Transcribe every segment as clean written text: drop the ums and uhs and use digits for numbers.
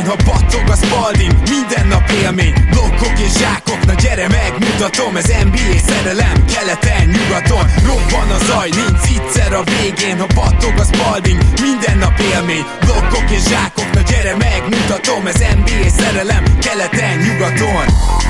végén, ha battog a Spalding, minden nap élmény, blokkok és zsákok, na gyere megmutatom, ez NBA szerelem, keleten, nyugaton, robban a zaj, nincs egyszer a végén, ha battog a Spalding, minden nap élmény, blokkok és zsákok, na gyere megmutatom, ez NBA szerelem, keleten, nyugaton.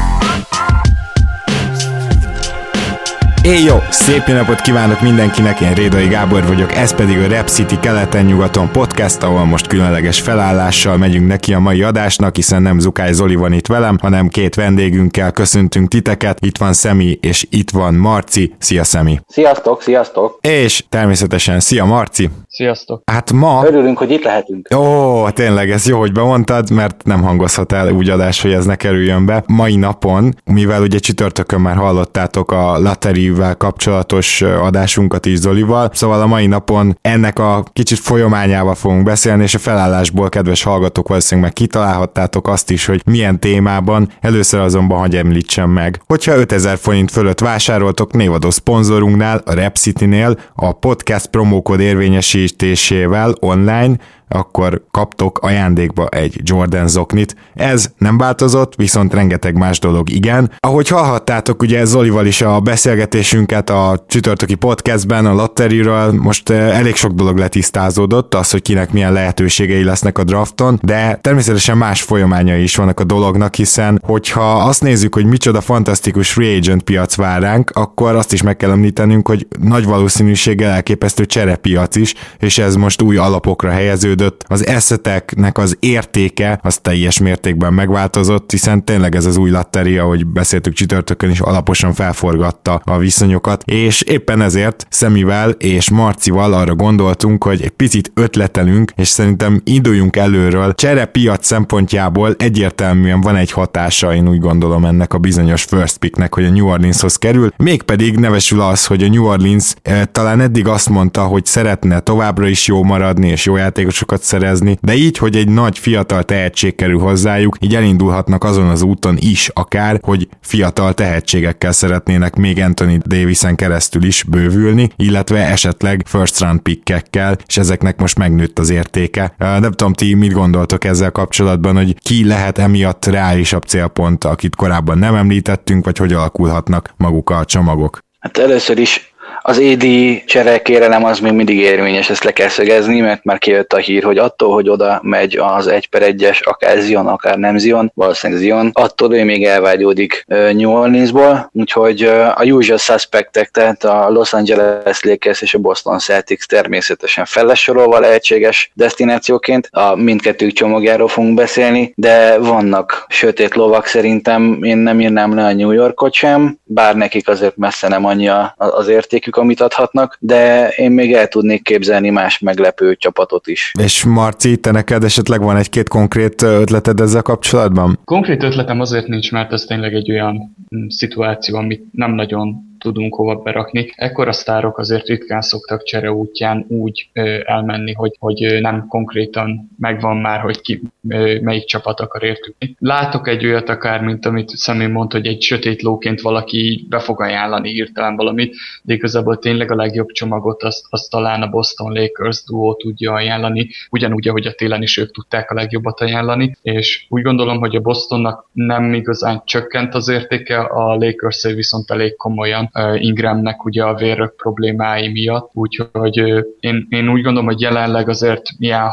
Jó, szép napot kívánok mindenkinek, én Rédai Gábor vagyok, ez pedig a Rep City keleten-nyugaton podcast, ahol most különleges felállással megyünk neki a mai adásnak, hiszen nem Zukály Zoli van itt velem, hanem két vendégünkkel köszöntünk titeket, itt van Szemi és itt van Marci. Szia Szemi! Sziasztok, sziasztok! És természetesen szia Marci! Sziasztok! Hát ma... Örülünk, hogy itt lehetünk. Ó, tényleg, ez jó, hogy bemondtad, mert nem hangozhat el úgy adás, hogy ez ne kerüljön be. Mai napon, mivel ugye csütörtökön már hallottátok a Laterivel kapcsolatos adásunkat is Zolival, szóval a mai napon ennek a kicsit folyamányával fogunk beszélni, és a felállásból, kedves hallgatók, valószínűleg meg kitalálhattátok azt is, hogy milyen témában. Először azonban hadd említsem meg, hogyha 5000 forint fölött vásároltok névadó szponzorunknál, a Rep Citynél, a podcast promókód érvényesítésével online, akkor kaptok ajándékba egy Jordan zoknit. Ez nem változott, viszont rengeteg más dolog igen. Ahogy hallhattátok, ugye Zolival is a beszélgetésünket a csütörtöki podcastben, a lotteriről, most elég sok dolog letisztázódott, az, hogy kinek milyen lehetőségei lesznek a drafton, de természetesen más folyamányai is vannak a dolognak, hiszen hogyha azt nézzük, hogy micsoda fantasztikus free agent piac vár ránk, akkor azt is meg kell említenünk, hogy nagy valószínűséggel elképesztő cserepiac is, és ez most új alapokra helyeződött. Az asszeteknek az értéke az teljes mértékben megváltozott, hiszen tényleg ez az új latteri, ahogy beszéltük csütörtökön is, alaposan felforgatta a viszonyokat, és éppen ezért Szemivel és Marcival arra gondoltunk, hogy egy picit ötletelünk, és szerintem induljunk előről. Cserepiac szempontjából egyértelműen van egy hatása, én úgy gondolom, ennek a bizonyos first picknek, hogy a New Orleanshoz kerül, mégpedig nevesül az, hogy a New Orleans talán eddig azt mondta, hogy szeretne továbbra is jó maradni, és jó játékosokat szerezni, de így, hogy egy nagy fiatal tehetség kerül hozzájuk, így elindulhatnak azon az úton is akár, hogy fiatal tehetségekkel szeretnének még Anthony Davisen keresztül is bővülni, illetve esetleg first round pickekkel, és ezeknek most megnőtt az értéke. Nem tudom, ti mit gondoltok ezzel kapcsolatban, hogy ki lehet emiatt reálisabb célpont, akit korábban nem említettünk, vagy hogy alakulhatnak maguk a csomagok? Hát először is az AD cserekérelem az még mindig érvényes, ezt le kell szögezni, mert már kijött a hír, hogy attól, hogy oda megy az 1/1-es, akár Zion, akár nem Zion, valószínűleg Zion, attól ő még elvágyódik New Orleansból, úgyhogy a usual suspectek, tehát a Los Angeles Lakers és a Boston Celtics természetesen fellesorolva lehetséges destinációként, a mindkettők csomagjáról fogunk beszélni, de vannak sötét lovak szerintem, én nem írnám le a New Yorkot sem, bár nekik azért messze nem annyi az értékük, amit adhatnak, de én még el tudnék képzelni más meglepő csapatot is. És Marci, te neked esetleg van egy-két konkrét ötleted ezzel kapcsolatban? Konkrét ötletem azért nincs, mert ez tényleg egy olyan szituáció, amit nem nagyon tudunk hova berakni. Ekkora sztárok azért ritkán szoktak csere útján úgy elmenni, hogy nem konkrétan megvan már, hogy ki melyik csapat akar értük. Látok egy olyat akár, mint amit Szemi mondta, hogy egy sötét lóként valaki be fog ajánlani hirtelen valamit, de igazából tényleg a legjobb csomagot azt talán a Boston Lakers duó tudja ajánlani, ugyanúgy, ahogy a télen is ők tudták a legjobbat ajánlani, és úgy gondolom, hogy a Bostonnak nem igazán csökkent az értéke, a Lakers viszont elég komolyan Ingramnek ugye a vérrög problémái miatt, úgyhogy én úgy gondolom, hogy jelenleg azért ilyen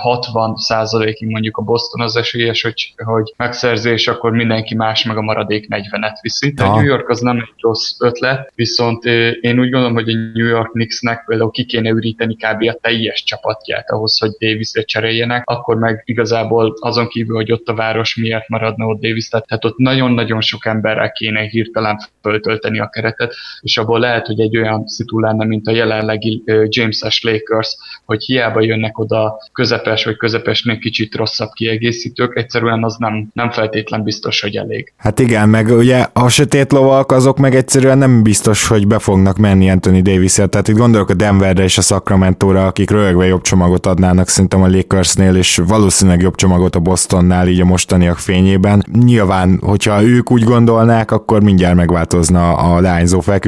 60%-ig mondjuk a Boston az esélyes, hogy megszerzés, akkor mindenki más meg a maradék 40-et viszi. A New York az nem egy rossz ötlet, viszont én úgy gondolom, hogy a New York Knicksnek például ki kéne üríteni kb. A teljes csapatját ahhoz, hogy Davisre cseréljenek, akkor meg igazából azon kívül, hogy ott a város miért maradna ott Davis, tehát ott nagyon-nagyon sok emberrel kéne hirtelen föltölteni a keretet, és abból lehet, hogy egy olyan szitu lenne, mint a jelenlegi James-es Lakers, hogy hiába jönnek oda közepes vagy közepesnél kicsit rosszabb kiegészítők, egyszerűen az nem feltétlen biztos, hogy elég. Hát igen, meg ugye a sötét lovak azok meg egyszerűen nem biztos, hogy be fognak menni Anthony Davis-et, tehát itt gondolok a Denverre és a Sacramento-ra, akik röhögve jobb csomagot adnának szerintem a Lakersnél, és valószínűleg jobb csomagot a Bostonnál így a mostaniak fényében. Nyilván, hogyha ők úgy gondolnák, akkor mindjárt megváltozna a leányzó fekvés,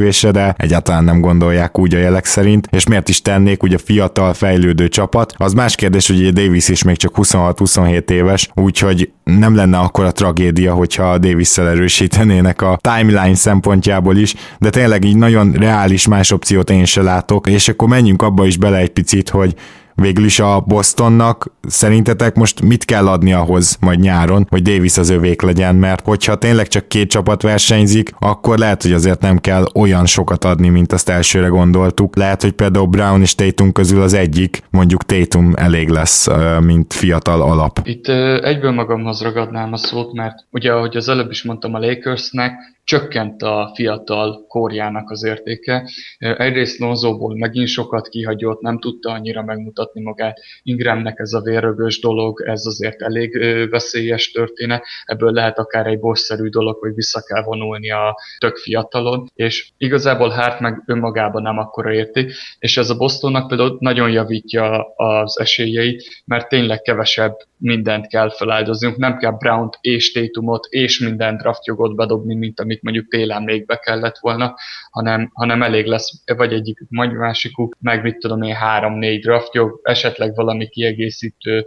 feltörekvésre, de egyáltalán nem gondolják úgy a jelek szerint, és miért is tennék, ugye fiatal, fejlődő csapat. Az más kérdés, hogy ugye Davis is még csak 26-27 éves, úgyhogy nem lenne akkora tragédia, hogyha Davisszel erősítenének a timeline szempontjából is, de tényleg így nagyon reális más opciót én se látok, és akkor menjünk abba is bele egy picit, hogy végül is a Bostonnak szerintetek most mit kell adni ahhoz majd nyáron, hogy Davis az övék legyen, mert hogyha tényleg csak 2 csapat versenyzik, akkor lehet, hogy azért nem kell olyan sokat adni, mint azt elsőre gondoltuk. Lehet, hogy például Brown és Tatum közül az egyik, mondjuk Tatum elég lesz, mint fiatal alap. Itt egyből magamhoz ragadnám a szót, mert ugye, ahogy az előbb is mondtam, a Lakersnek csökkent a fiatal kórjának az értéke. Egyrészt Lonzóból megint sokat kihagyott, nem tudta annyira megmutatni magát. Ingramnek ez a vérrögös dolog, ez azért elég veszélyes történet. Ebből lehet akár egy boss-szerű dolog, hogy vissza kell vonulni a tök fiatalon, és igazából Hart meg önmagában nem akkora érték, és ez a Bostonnak például nagyon javítja az esélyeit, mert tényleg kevesebb mindent kell feláldoznunk, nem kell Brownt és Tatumot és minden draftjogot bedobni, mint amit mondjuk télen még be kellett volna, hanem elég lesz, vagy egyikük, vagy másikuk, meg mit tudom én, 3-4 draftjog, esetleg valami kiegészítő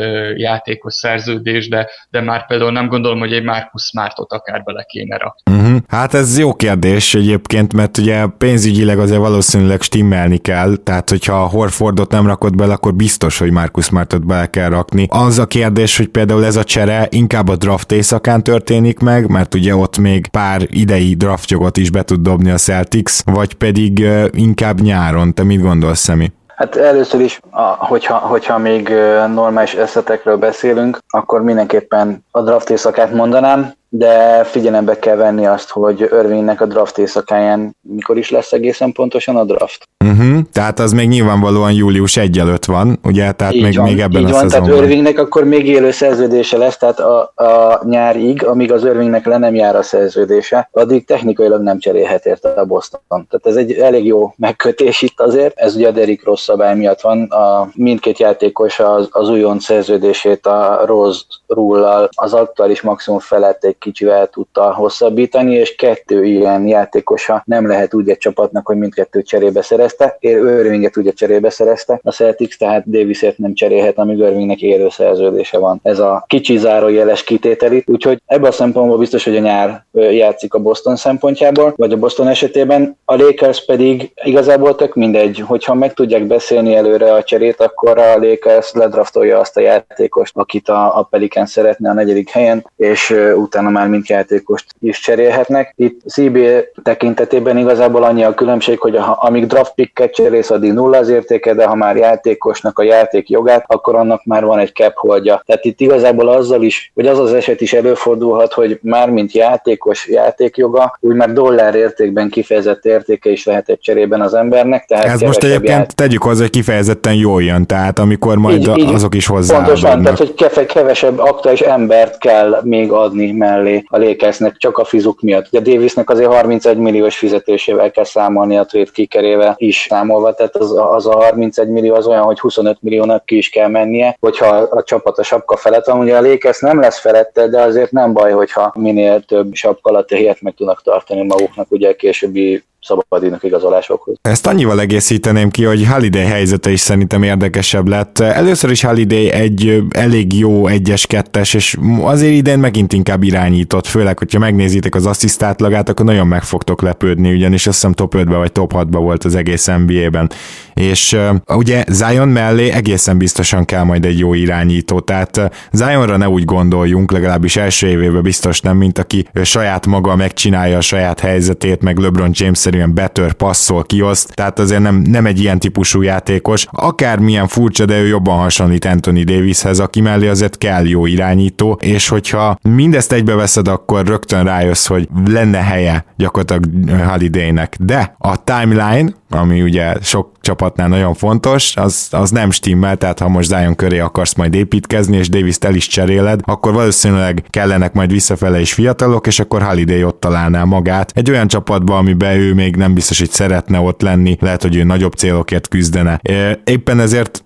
játékos szerződés, de már például nem gondolom, hogy egy Marcus Smartot akár bele kéne rakni. Hát ez jó kérdés egyébként, mert ugye pénzügyileg azért valószínűleg stimmelni kell, tehát hogyha a Horfordot nem rakod bele, akkor biztos, hogy Marcus Smartot bele kell rakni. Az a kérdés, hogy például ez a csere inkább a draft éjszakán történik meg, mert ugye ott még pár idei draftjogot is be tud dobni a Celtics, vagy pedig inkább nyáron. Te mit gondolsz, Szemi? Hát először is, hogyha még normális eszetekről beszélünk, akkor mindenképpen a draft éjszakát mondanám, de figyelembe kell venni azt, hogy Irvingnek a draft éjszakáján mikor is lesz egészen pontosan a draft. Tehát az még nyilvánvalóan július 1 előtt van, ugye? Tehát még ebben a szezonban. Tehát Irvingnek akkor még élő szerződése lesz, tehát a nyárig, amíg az Irvingnek le nem jár a szerződése, addig technikailag nem cserélhet érte a Boston. Tehát ez egy elég jó megkötés itt azért. Ez ugye a Derrick Rose szabály miatt van. Mindkét játékos az újonc szerződését a Rose rule-lal az aktuális maximum felett egy kicsivel tudta hosszabbítani, és 2 ilyen játékosa nem lehet úgy egy csapatnak, hogy mindkettőt cserébe szerezte. Irvinget ugye cserébe szerezte a Celtics, tehát Davisért nem cserélhet, amíg Irvingnek élő szerződése van. Ez a kicsi zárójeles kitételi, úgyhogy ebből a szempontból biztos, hogy a nyár játszik a Boston szempontjából, vagy a Boston esetében. A Lakers pedig igazából tök mindegy, hogyha meg tudják beszélni előre a cserét, akkor a Lakers ledraftolja azt a játékost, akit a Pelicans szeretne a 4. helyen, és utána már mindkét játékost is cserélhetnek. Itt CBA tekintetében igazából annyi a különbség, hogy amíg draft picket cserélsz, addig nulla az értéke, de ha már játékosnak a játék jogát, akkor annak már van egy cap holdja. Tehát itt igazából azzal is, hogy az az eset is előfordulhat, hogy már mint játékos játékjoga, úgy már dollár értékben kifejezett értéke is lehet egy cserében az embernek. Tehát ez most egyébként tegyük hozzá, hogy kifejezetten jól jön, tehát amikor majd azok is hozzáadnak. Pontosan, tehát hogy kevesebb aktuális embert kell még adni mellé a Lakersnek csak a fizuk miatt. Ugye Davisnek azért 31 milliós fizetésével kell számolni a trade kickerével is számolva, tehát az a 31 millió az olyan, hogy 25 milliónak ki is kell mennie, hogyha a csapat a sapka felett van. Ugye a Lakers nem lesz felette, de azért nem baj, hogyha minél több sapka alatt helyet meg tudnak tartani maguknak ugye későbbi szabadidők igazolásokhoz. Ezt annyival egészíteném ki, hogy Holiday helyzete is szerintem érdekesebb lett. Először is Holiday egy elég jó 1-2-es, és azért idén megint inkább irányított, főleg, hogyha megnézitek az assziszt átlagát, akkor nagyon meg fogtok lepődni, ugyanis azt hiszem top 5-ben vagy top 6-ban volt az egész NBA-ben. És ugye Zion mellé egészen biztosan kell majd egy jó irányító, tehát Zionra ne úgy gondoljunk, legalábbis első évében biztos nem, mint aki saját maga megcsinálja a saját helyzetét, meg LeBron James betör, passzol, kioszt, tehát azért nem egy ilyen típusú játékos. Akármilyen furcsa, de ő jobban hasonlít Anthony Davishez, aki mellé azért kell jó irányító, és hogyha mindezt egybeveszed, akkor rögtön rájössz, hogy lenne helye gyakorlatilag Holidaynek. De a timeline, ami ugye sok csapatnál nagyon fontos, az nem stimmel, tehát ha most Zion köré akarsz majd építkezni, és Davist el is cseréled, akkor valószínűleg kellenek majd visszafele is fiatalok, és akkor Holiday ott találná magát. Egy olyan csapatba, amiben ő még nem biztos, hogy szeretne ott lenni, lehet, hogy ő nagyobb célokért küzdene. Éppen ezért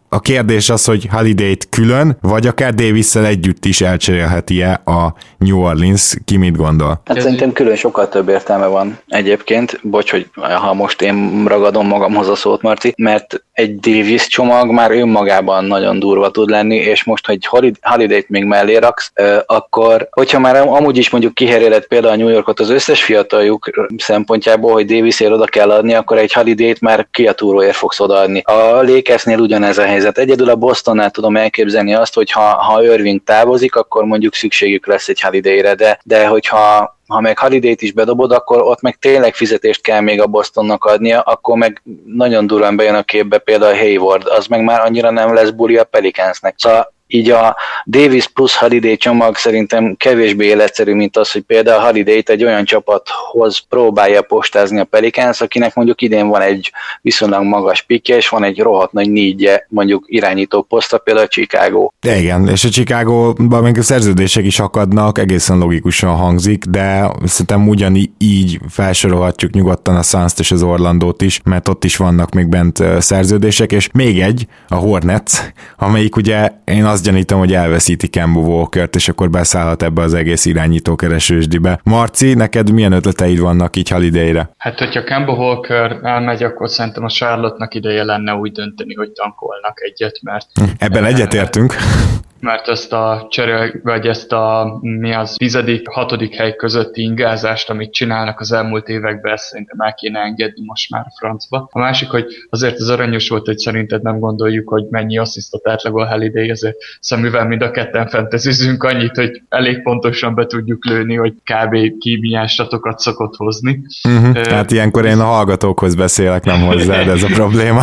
A kérdés az, hogy Holiday-t külön, vagy akár Davis-szel együtt is elcserélheti-e a New Orleans, ki mit gondol? Hát szerintem külön sokkal több értelme van egyébként, bocs, hogy ha most én ragadom magamhoz a szót, Marci, mert egy Davis csomag már önmagában nagyon durva tud lenni, és most, hogy Holiday-t még mellé raksz, akkor, hogyha már amúgy is mondjuk kiheréled például a New Yorkot az összes fiataljuk szempontjából, hogy Davisért oda kell adni, akkor egy Holiday-t már ki a túróért fogsz odaadni. A Lakersnél ugyanez a helyzet. Egyedül a Bostonnál tudom elképzelni azt, hogy ha Irving távozik, akkor mondjuk szükségük lesz egy Holiday-re, de hogyha meg Holiday-t is bedobod, akkor ott meg tényleg fizetést kell még a Bostonnak adnia, akkor meg nagyon durván bejön a képbe például Hayward, az meg már annyira nem lesz buli a Pelicansnek. Szóval így a Davis plusz Holiday csomag szerintem kevésbé életszerű, mint az, hogy például Holiday-t egy olyan csapathoz próbálja postázni a Pelicans, akinek mondjuk idén van egy viszonylag magas pikje, és van egy rohadt nagy needje, mondjuk irányító posztra, például a Chicago. De igen, és a Chicagóban még a szerződések is akadnak, egészen logikusan hangzik, de szerintem ugyanígy felsorolhatjuk nyugodtan a Suns-t és az Orlandót is, mert ott is vannak még bent szerződések, és még egy, a Hornets, amelyik ugye én azt gyanítom, hogy elveszíti Kemba Walkert, és akkor beszállhat ebbe az egész irányítókeresősdibe. Marci, neked milyen ötleteid vannak így Holiday-re? Hát, hogyha Kemba Walker elmegy, akkor szerintem a Charlotte-nak ideje lenne úgy dönteni, hogy tankolnak egyet, mert... Ebben egyetértünk. Mert ezt a vagy ezt a 10.-6. hely közötti ingázást, amit csinálnak az elmúlt években, ezt szerintem el kéne engedni most már a francba. A másik, hogy azért az aranyos volt, hogy szerinted nem gondoljuk, hogy mennyi asszisztot átlagol Holiday, ezért mivel mind a ketten fentezizünk annyit, hogy elég pontosan be tudjuk lőni, hogy kb. Ki milyen statokat szokott hozni. Hát ilyenkor én a hallgatókhoz beszélek, nem hozzád, ez a probléma.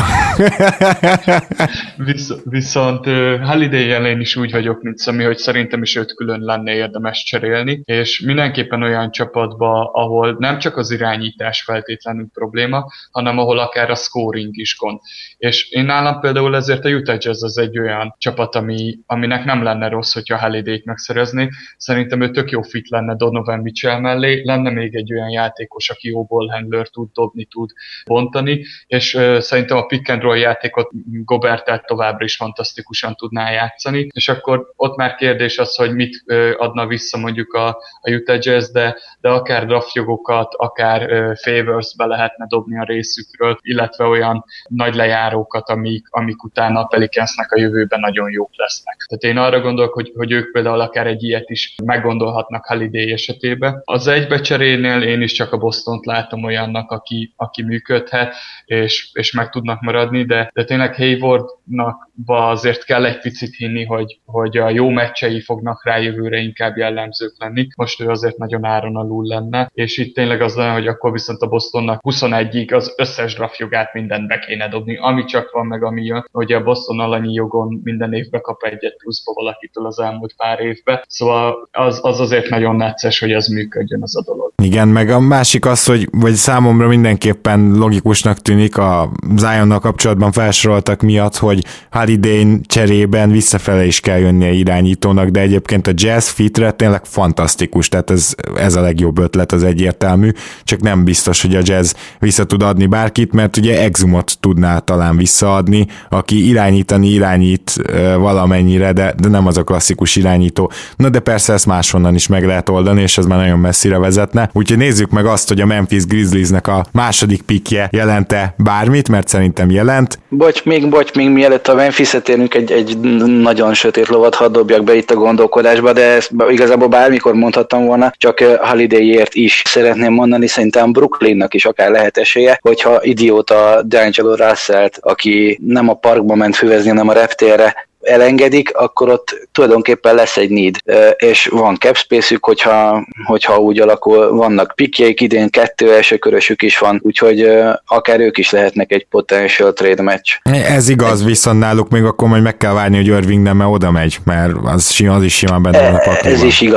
Viszont Holiday ellen is úgy vagyok, mint Szemi, hogy szerintem is őt külön lenne érdemes cserélni, és mindenképpen olyan csapatba, ahol nem csak az irányítás feltétlenül probléma, hanem ahol akár a scoring is gond. És én nálam például ezért a Utah Jazz az egy olyan csapat, aminek nem lenne rossz, hogyha Holiday-t megszereznék. Szerintem ő tök jó fit lenne Donovan Mitchell mellé, lenne még egy olyan játékos, aki jó ballhandler tud dobni, tud bontani, és szerintem a pick and roll játékot Gobert továbbra is fantasztikusan tudná játszani, és akkor ott már kérdés az, hogy mit adna vissza mondjuk a Utah Jazz, de akár draftjogokat, akár favors be lehetne dobni a részükről, illetve olyan nagy lejárókat, amik utána a Pelicansnek a jövőben nagyon jók lesznek. Tehát én arra gondolok, hogy ők például akár egy ilyet is meggondolhatnak Holiday esetében. Az egybecserénél én is csak a Bostont látom olyannak, aki működhet, és meg tudnak maradni, de tényleg Haywardnak azért kell egy picit hinni, hogy a jó meccsei fognak rá jövőre inkább jellemzők lenni. Most ő azért nagyon áron alul lenne, és itt tényleg az lenne, hogy akkor viszont a Bostonnak 21-ig az összes draftjogát mindent be kéne dobni, ami csak van, meg ami jön. Ugye a Boston alanyi jogon minden évben kap egyet pluszba valakitől az elmúlt pár évben. Szóval az azért nagyon necces, hogy ez működjön az a dolog. Igen, meg a másik az, hogy vagy számomra mindenképpen logikusnak tűnik a Zionnal kapcsolatban felsoroltak miatt, hogy Holiday cserében visszafele is kell jönnie irányítónak, de egyébként a Jazz fitre tényleg fantasztikus, tehát ez a legjobb ötlet, az egyértelmű, csak nem biztos, hogy a Jazz vissza tud adni bárkit, mert ugye Exumot tudná talán visszaadni, aki irányít valamennyire, de nem az a klasszikus irányító. Na de persze ezt máshonnan is meg lehet oldani, és ez már nagyon messzire vezetne. Úgyhogy nézzük meg azt, hogy a Memphis Grizzliesnek a második pickje jelente bármit, mert szerintem jelent. Bocs, még mielőtt a Memphis-et érünk, egy nagyon sötét lovat hadd dobjak be itt a gondolkodásba, de ezt igazából bármikor mondhattam volna, csak Holidayért is szeretném mondani, szerintem Brooklynnak is akár lehet esélye, hogyha idióta D'Angelo Russellt, aki nem a parkba ment füvezni, hanem a reptérre, elengedik, akkor ott tulajdonképpen lesz egy need, és van cap space-ük, hogyha úgy alakul, vannak pickjeik, idén 2 első körösük is van, úgyhogy akár ők is lehetnek egy potential trade match. Ez igaz, viszont náluk még akkor majd meg kell várni, hogy Irving nem oda megy, mert az is simán benne van a pakliban.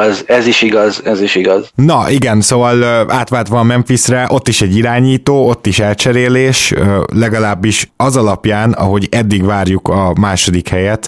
Ez is igaz. Na igen, szóval átváltva a Memphisre, ott is egy irányító, ott is elcserélés, legalábbis az alapján, ahogy eddig várjuk a második helyet,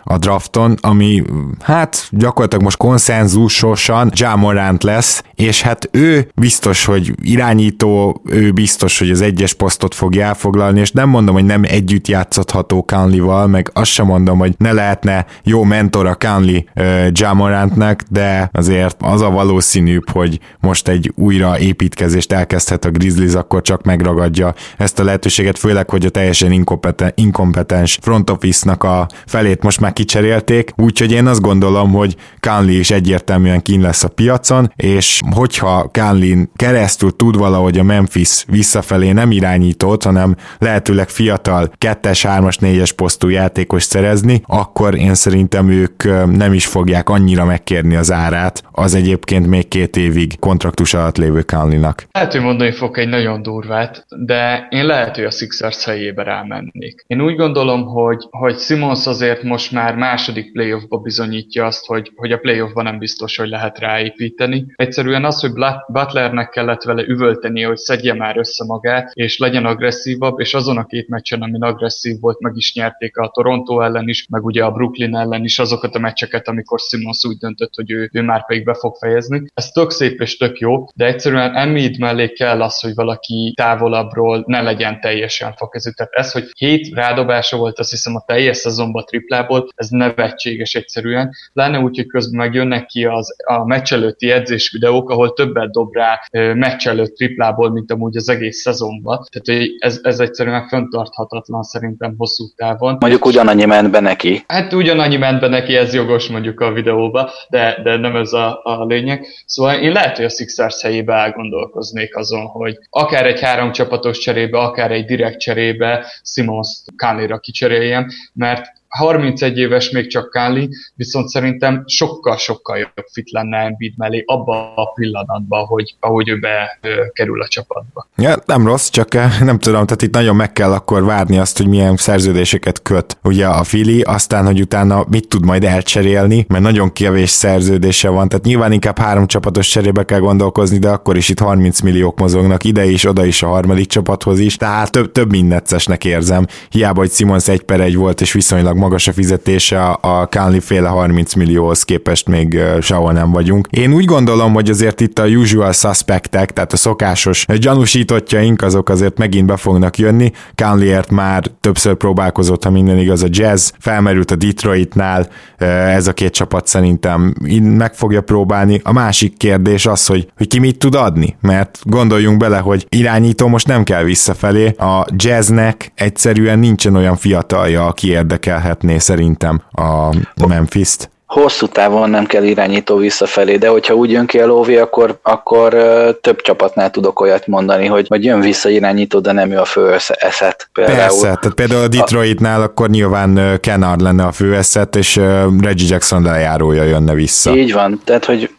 a drafton, ami hát gyakorlatilag most konszenzusosan Ja Morant lesz, és hát ő biztos, hogy irányító, ő biztos, hogy az egyes posztot fogja elfoglalni, és nem mondom, hogy nem együtt játszható Conley-val, meg azt sem mondom, hogy ne lehetne jó mentor a Conley Ja Morantnak, de azért az a valószínűbb, hogy most egy újraépítkezést elkezdhet a Grizzlies, akkor csak megragadja ezt a lehetőséget, főleg, hogy a teljesen inkompetens front office-nak a felét most már kicserélték, úgyhogy én azt gondolom, hogy Conley is egyértelműen kín lesz a piacon, és hogyha Conley keresztül tud valahogy a Memphis visszafelé nem irányítót, hanem lehetőleg fiatal 2-es, 3-as, 4-es posztú játékos szerezni, akkor én szerintem ők nem is fogják annyira megkérni az árát az egyébként még 2 évig kontraktus alatt lévő Conley-nak. Lehet, hogy mondani fog egy nagyon durvát, de én lehet, hogy a Sixers helyébe rámennék. Én úgy gondolom, hogy Simmons azért most már második playoffba bizonyítja azt, hogy a playoffban nem biztos, hogy lehet ráépíteni. Egyszerűen az, hogy Butlernek kellett vele üvölteni, hogy szedje már össze magát, és legyen agresszívabb, és azon a 2 meccsen, amin agresszív volt, meg is nyerték a Toronto ellen is, meg ugye a Brooklyn ellen is azokat a meccseket, amikor Simmons úgy döntött, hogy ő már pedig be fog fejezni. Ez tök szép és tök jó, de egyszerűen Embiid mellé kell az, hogy valaki távolabbról ne legyen teljesen fakezű. Tehát ez, hogy 7 rádobása volt, azt hiszem a teljes szezonban triplából, ez nevetséges egyszerűen. Pláne úgy, hogy közben megjönnek ki a meccs előtti edzés videók, ahol többet dob rá meccs előtt triplából, mint amúgy az egész szezonban. Tehát ez egyszerűen fenntarthatatlan szerintem hosszú távon. Mondjuk ugyanannyi ment be neki. Hát ugyanannyi ment be neki, ez jogos mondjuk a videóba, de nem ez a lényeg. Szóval én lehet, hogy a Sixers helyébe elgondolkoznék azon, hogy akár egy 3 csapatos cserébe, akár egy direkt cserébe Simmons Conleyra kicseréljem, mert 31 éves még csak Conley, viszont szerintem sokkal-sokkal jobb fit lenne Embiid mellé abban a pillanatban, ahogy ő bekerül a csapatba. Ja, nem rossz, csak nem tudom, tehát itt nagyon meg kell akkor várni azt, hogy milyen szerződéseket köt ugye a Philly, aztán, hogy utána mit tud majd elcserélni, mert nagyon kevés szerződése van, tehát nyilván inkább 3 csapatos cserébe kell gondolkozni, de akkor is itt 30 milliók mozognak ide is, oda is a harmadik csapathoz is, tehát több mint neccesnek érzem. Hiába, hogy Simmons 1/1 volt, és viszonylag magas a fizetése, a Conley féle 30 millióhoz képest még sehol nem vagyunk. Én úgy gondolom, hogy azért itt a usual suspectek, tehát a szokásos gyanúsítottjaink, azok azért megint be fognak jönni. Conleyért már többször próbálkozott, ha minden igaz, a Jazz, felmerült a Detroitnál, ez a 2 csapat szerintem meg fogja próbálni. A másik kérdés az, hogy ki mit tud adni, mert gondoljunk bele, hogy irányító most nem kell visszafelé, a Jazznek egyszerűen nincsen olyan fiatalja, aki érdekelhetné szerintem a Memphis-t. Hosszú távon nem kell irányító visszafelé, de hogyha úgy jön ki a lóvé, akkor több csapatnál tudok olyat mondani, hogy jön vissza irányító, de nem ő a fő eszet. Persze, tehát például a Detroitnál akkor nyilván Kennard lenne a fő eszet, és Reggie Jackson lejárója jönne vissza. Így van, tehát hogy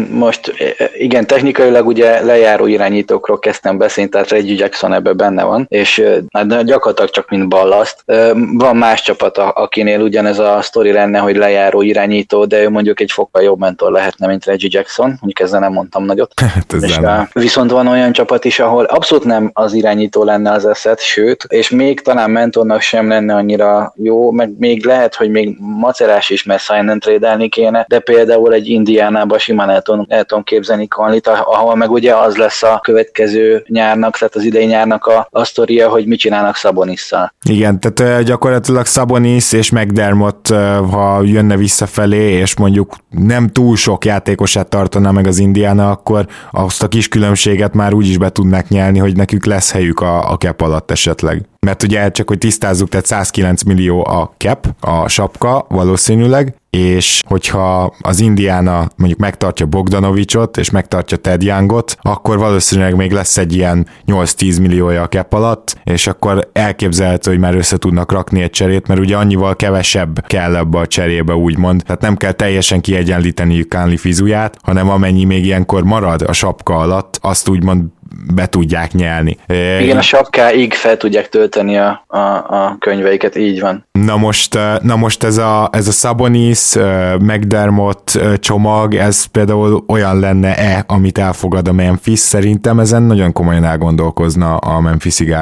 igen, technikailag ugye lejáró irányítókról kezdtem beszélni, tehát Reggie Jackson ebben benne van, és gyakorlatilag csak mint ballaszt. Van más csapat, akinél ugyanez a sztori lenne, hogy lejáró irányító, de ő mondjuk egy fokkal jobb mentor lehetne, mint Reggie Jackson, mondjuk ezzel nem mondtam nagyot. Viszont van olyan csapat is, ahol abszolút nem az irányító lenne az eszet, sőt, és még talán mentornak sem lenne annyira jó, meg még lehet, hogy még macerás is, mert sign and trade-elni kéne, de például egy Indiánába simán el tudom képzelni Conleyt, ahol meg ugye az lesz a következő nyárnak, tehát az idei nyárnak a sztoria, hogy mit csinálnak Sabonisszal. Igen, tehát gyakorlatilag Sabonis és McDermott, ha jönne visszafelé, és mondjuk nem túl sok játékosát tartaná meg az Indiana, akkor azt a kis különbséget már úgy is be tudnák nyelni, hogy nekük lesz helyük a cap alatt esetleg. Mert ugye csak, hogy tisztázzuk, tehát 109 millió a cap, a sapka valószínűleg, és hogyha az Indiana mondjuk megtartja Bogdanovicsot, és megtartja Ted Youngot, akkor valószínűleg még lesz egy ilyen 8-10 milliója a cap alatt, és akkor elképzelhető, hogy már össze tudnak rakni egy cserét, mert ugye annyival kevesebb kell ebbe a cserébe, úgymond. Tehát nem kell teljesen kiegyenlíteniük Conley fizuját, hanem amennyi még ilyenkor marad a sapka alatt, azt úgymond be tudják nyelni. Igen, a sapkáig fel tudják tölteni a könyveiket, így van. Na most ez a Sabonis, McDermott csomag, ez például olyan lenne-e, amit elfogad a Memphis? Szerintem ezen nagyon komolyan elgondolkozna a Memphis-i gárda.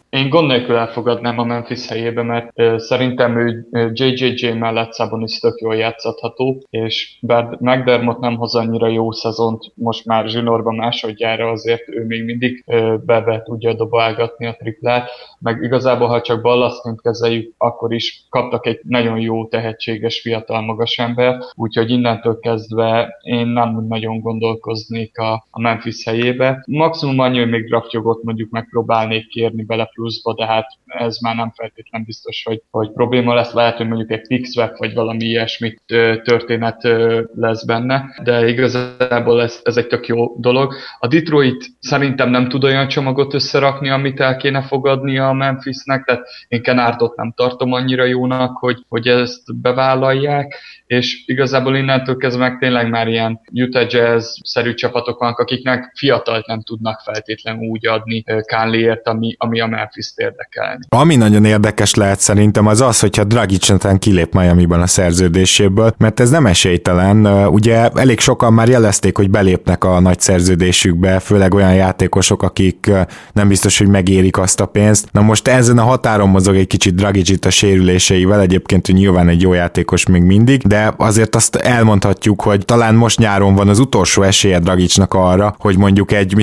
Én gond nélkül elfogadnám a Memphis helyébe, mert szerintem ő JJJ mellett Sabonis tök jól játszható, és bár McDermott nem hoz annyira jó szezont, most már zsinórban másodjára, azért ő még mindig be tudja dobálgatni a triplát, meg igazából, ha csak ballaszként kezeljük, akkor is kaptak egy nagyon jó, tehetséges, fiatal magas ember, úgyhogy innentől kezdve én nem nagyon gondolkoznék a Memphis helyébe. Maximum annyi, hogy még draftjogot mondjuk megpróbálnék kérni bele pluszba, de hát ez már nem feltétlen biztos, hogy probléma lesz. Lehet, hogy mondjuk egy pick swap vagy valami ilyesmit történet lesz benne, de igazából ez egy tök jó dolog. A Detroit szerintem nem tud olyan csomagot összerakni, amit el kéne fogadnia a Memphisnek, tehát én Kennardot nem tartom annyira jónak, hogy ezt bevállalják, és igazából innentől kezdve meg tényleg már ilyen Utah Jazz-szerű csapatok vannak, akiknek fiatalt nem tudnak feltétlenül úgy adni Conleyért, ami a Memphis-t érdekelni. Ami nagyon érdekes lehet szerintem az, hogyha Dragic kilép Miamiban a szerződéséből, mert ez nem esélytelen. Ugye elég sokan már jelezték, hogy belépnek a nagy szerződésükbe, főleg olyan játékosok, akik nem biztos, hogy megérik azt a pénzt. Na most ezen a határon mozog egy kicsit Dragic itt a sérüléseivel, egyébként ő nyilván egy jó játékos még mindig, de azért azt elmondhatjuk, hogy talán most nyáron van az utolsó esélye Dragicnak arra, hogy mondjuk egy,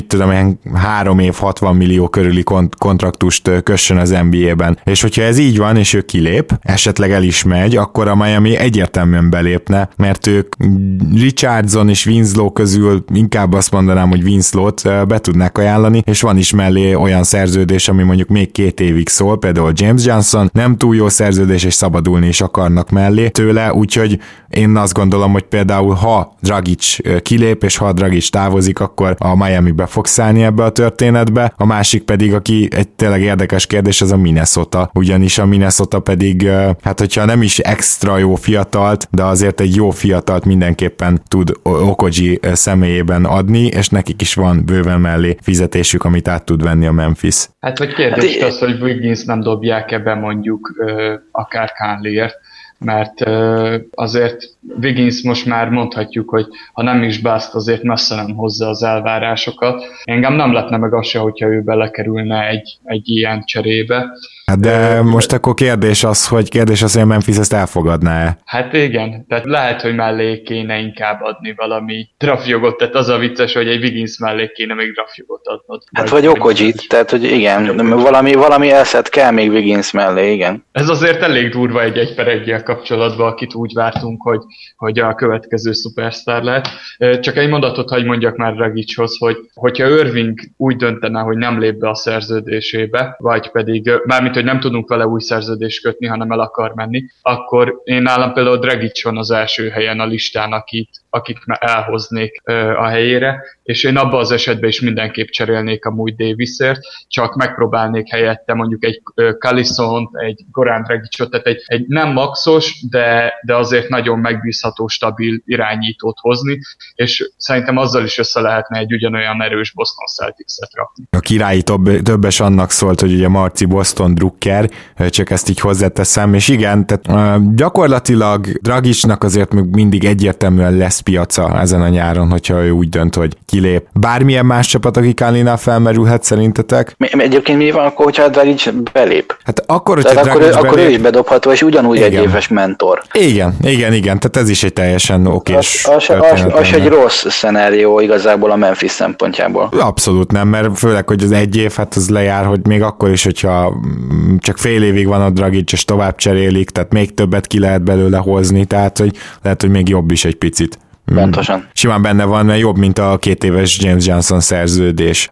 3 év 60 millió körüli kontraktust kössön az NBA-ben. És hogyha ez így van, és ő kilép, esetleg el is megy, akkor a Miami egyértelműen belépne, mert ők Richardson és Winslow közül inkább azt mondanám, hogy Winslow-t be tudnák ajánlani, és van is mellé olyan szerződés, ami mondjuk még 2 évig szól, például James Johnson, nem túl jó szerződés, és szabadulni is akarnak mellé tőle, úgyhogy én azt gondolom, hogy például ha Dragic kilép, és ha Dragic távozik, akkor a Miami be fog szállni ebbe a történetbe, a másik pedig, aki egy tényleg érdekes kérdés, az a Minnesota, ugyanis a Minnesota pedig, hát hogyha nem is extra jó fiatalt, de azért egy jó fiatalt mindenképpen tud Okogie személyében adni, és nekik is van bőven mellé fizetésük, amit át tud venni a Memphis. Hát vagy kérdés az, hogy Wiggins nem dobják ebbe mondjuk akár Conleyért, mert azért Wiggins most már mondhatjuk, hogy ha nem is bust, azért messze nem hozza az elvárásokat. Engem nem lepne meg az se, hogyha ő belekerülne egy ilyen cserébe. Hát de most akkor kérdés az, hogy a Memphis ezt elfogadná-e? Hát igen, tehát lehet, hogy mellé kéne inkább adni valami draftjogot, tehát az a vicces, hogy egy Wiggins mellé kéne még draftjogot adnod. Hát vagy Okogie-t, tehát hogy igen, valami elszed kell még Wiggins mellé, igen. Ez azért elég durva egy 1-1 kapcsolatban, akit úgy vártunk, hogy a következő szupersztár lett. Csak egy mondatot hagy mondjak már Dragichoz, hogyha Irving úgy döntene, hogy nem lép be a szerződésébe, vagy pedig, mármint hogy nem tudunk vele új szerződést kötni, hanem el akar menni, akkor én nálam például Dragic van az első helyen a listán, akit elhoznék a helyére, és én abban az esetben is mindenképp cserélnék amúgy Davisért, csak megpróbálnék helyette mondjuk egy Calisont, egy Goran Dragicot, tehát egy nem maxos, de azért nagyon megbízható, stabil irányítót hozni, és szerintem azzal is össze lehetne egy ugyanolyan erős Boston Celtics-et rakni. A királyi többes annak szólt, hogy ugye Marci Boston drukker, csak ezt így hozzáteszem, és igen, tehát gyakorlatilag Dragicnak azért még mindig egyértelműen lesz piaca ezen a nyáron, hogyha ő úgy dönt, hogy kilép. Bármilyen más csapat, aki Conleynál felmerülhet szerintetek? Egyébként mi van akkor, hogyha Dragic belép? Hát akkor, akkor ő is bedobható, és ugyanúgy igen. Egy éves mentor. Igen, tehát ez is egy teljesen okés az egy rossz szenárió igazából a Memphis szempontjából. Abszolút nem, mert főleg, hogy az egy év, hát az lejár, hogy még akkor is, hogyha csak fél évig van a Dragic, és tovább cserélik, tehát még többet ki lehet belőle hozni, tehát hogy lehet, hogy még jobb is egy picit. Pontosan. Simán benne van, mert jobb, mint a 2 éves James Johnson szerződés.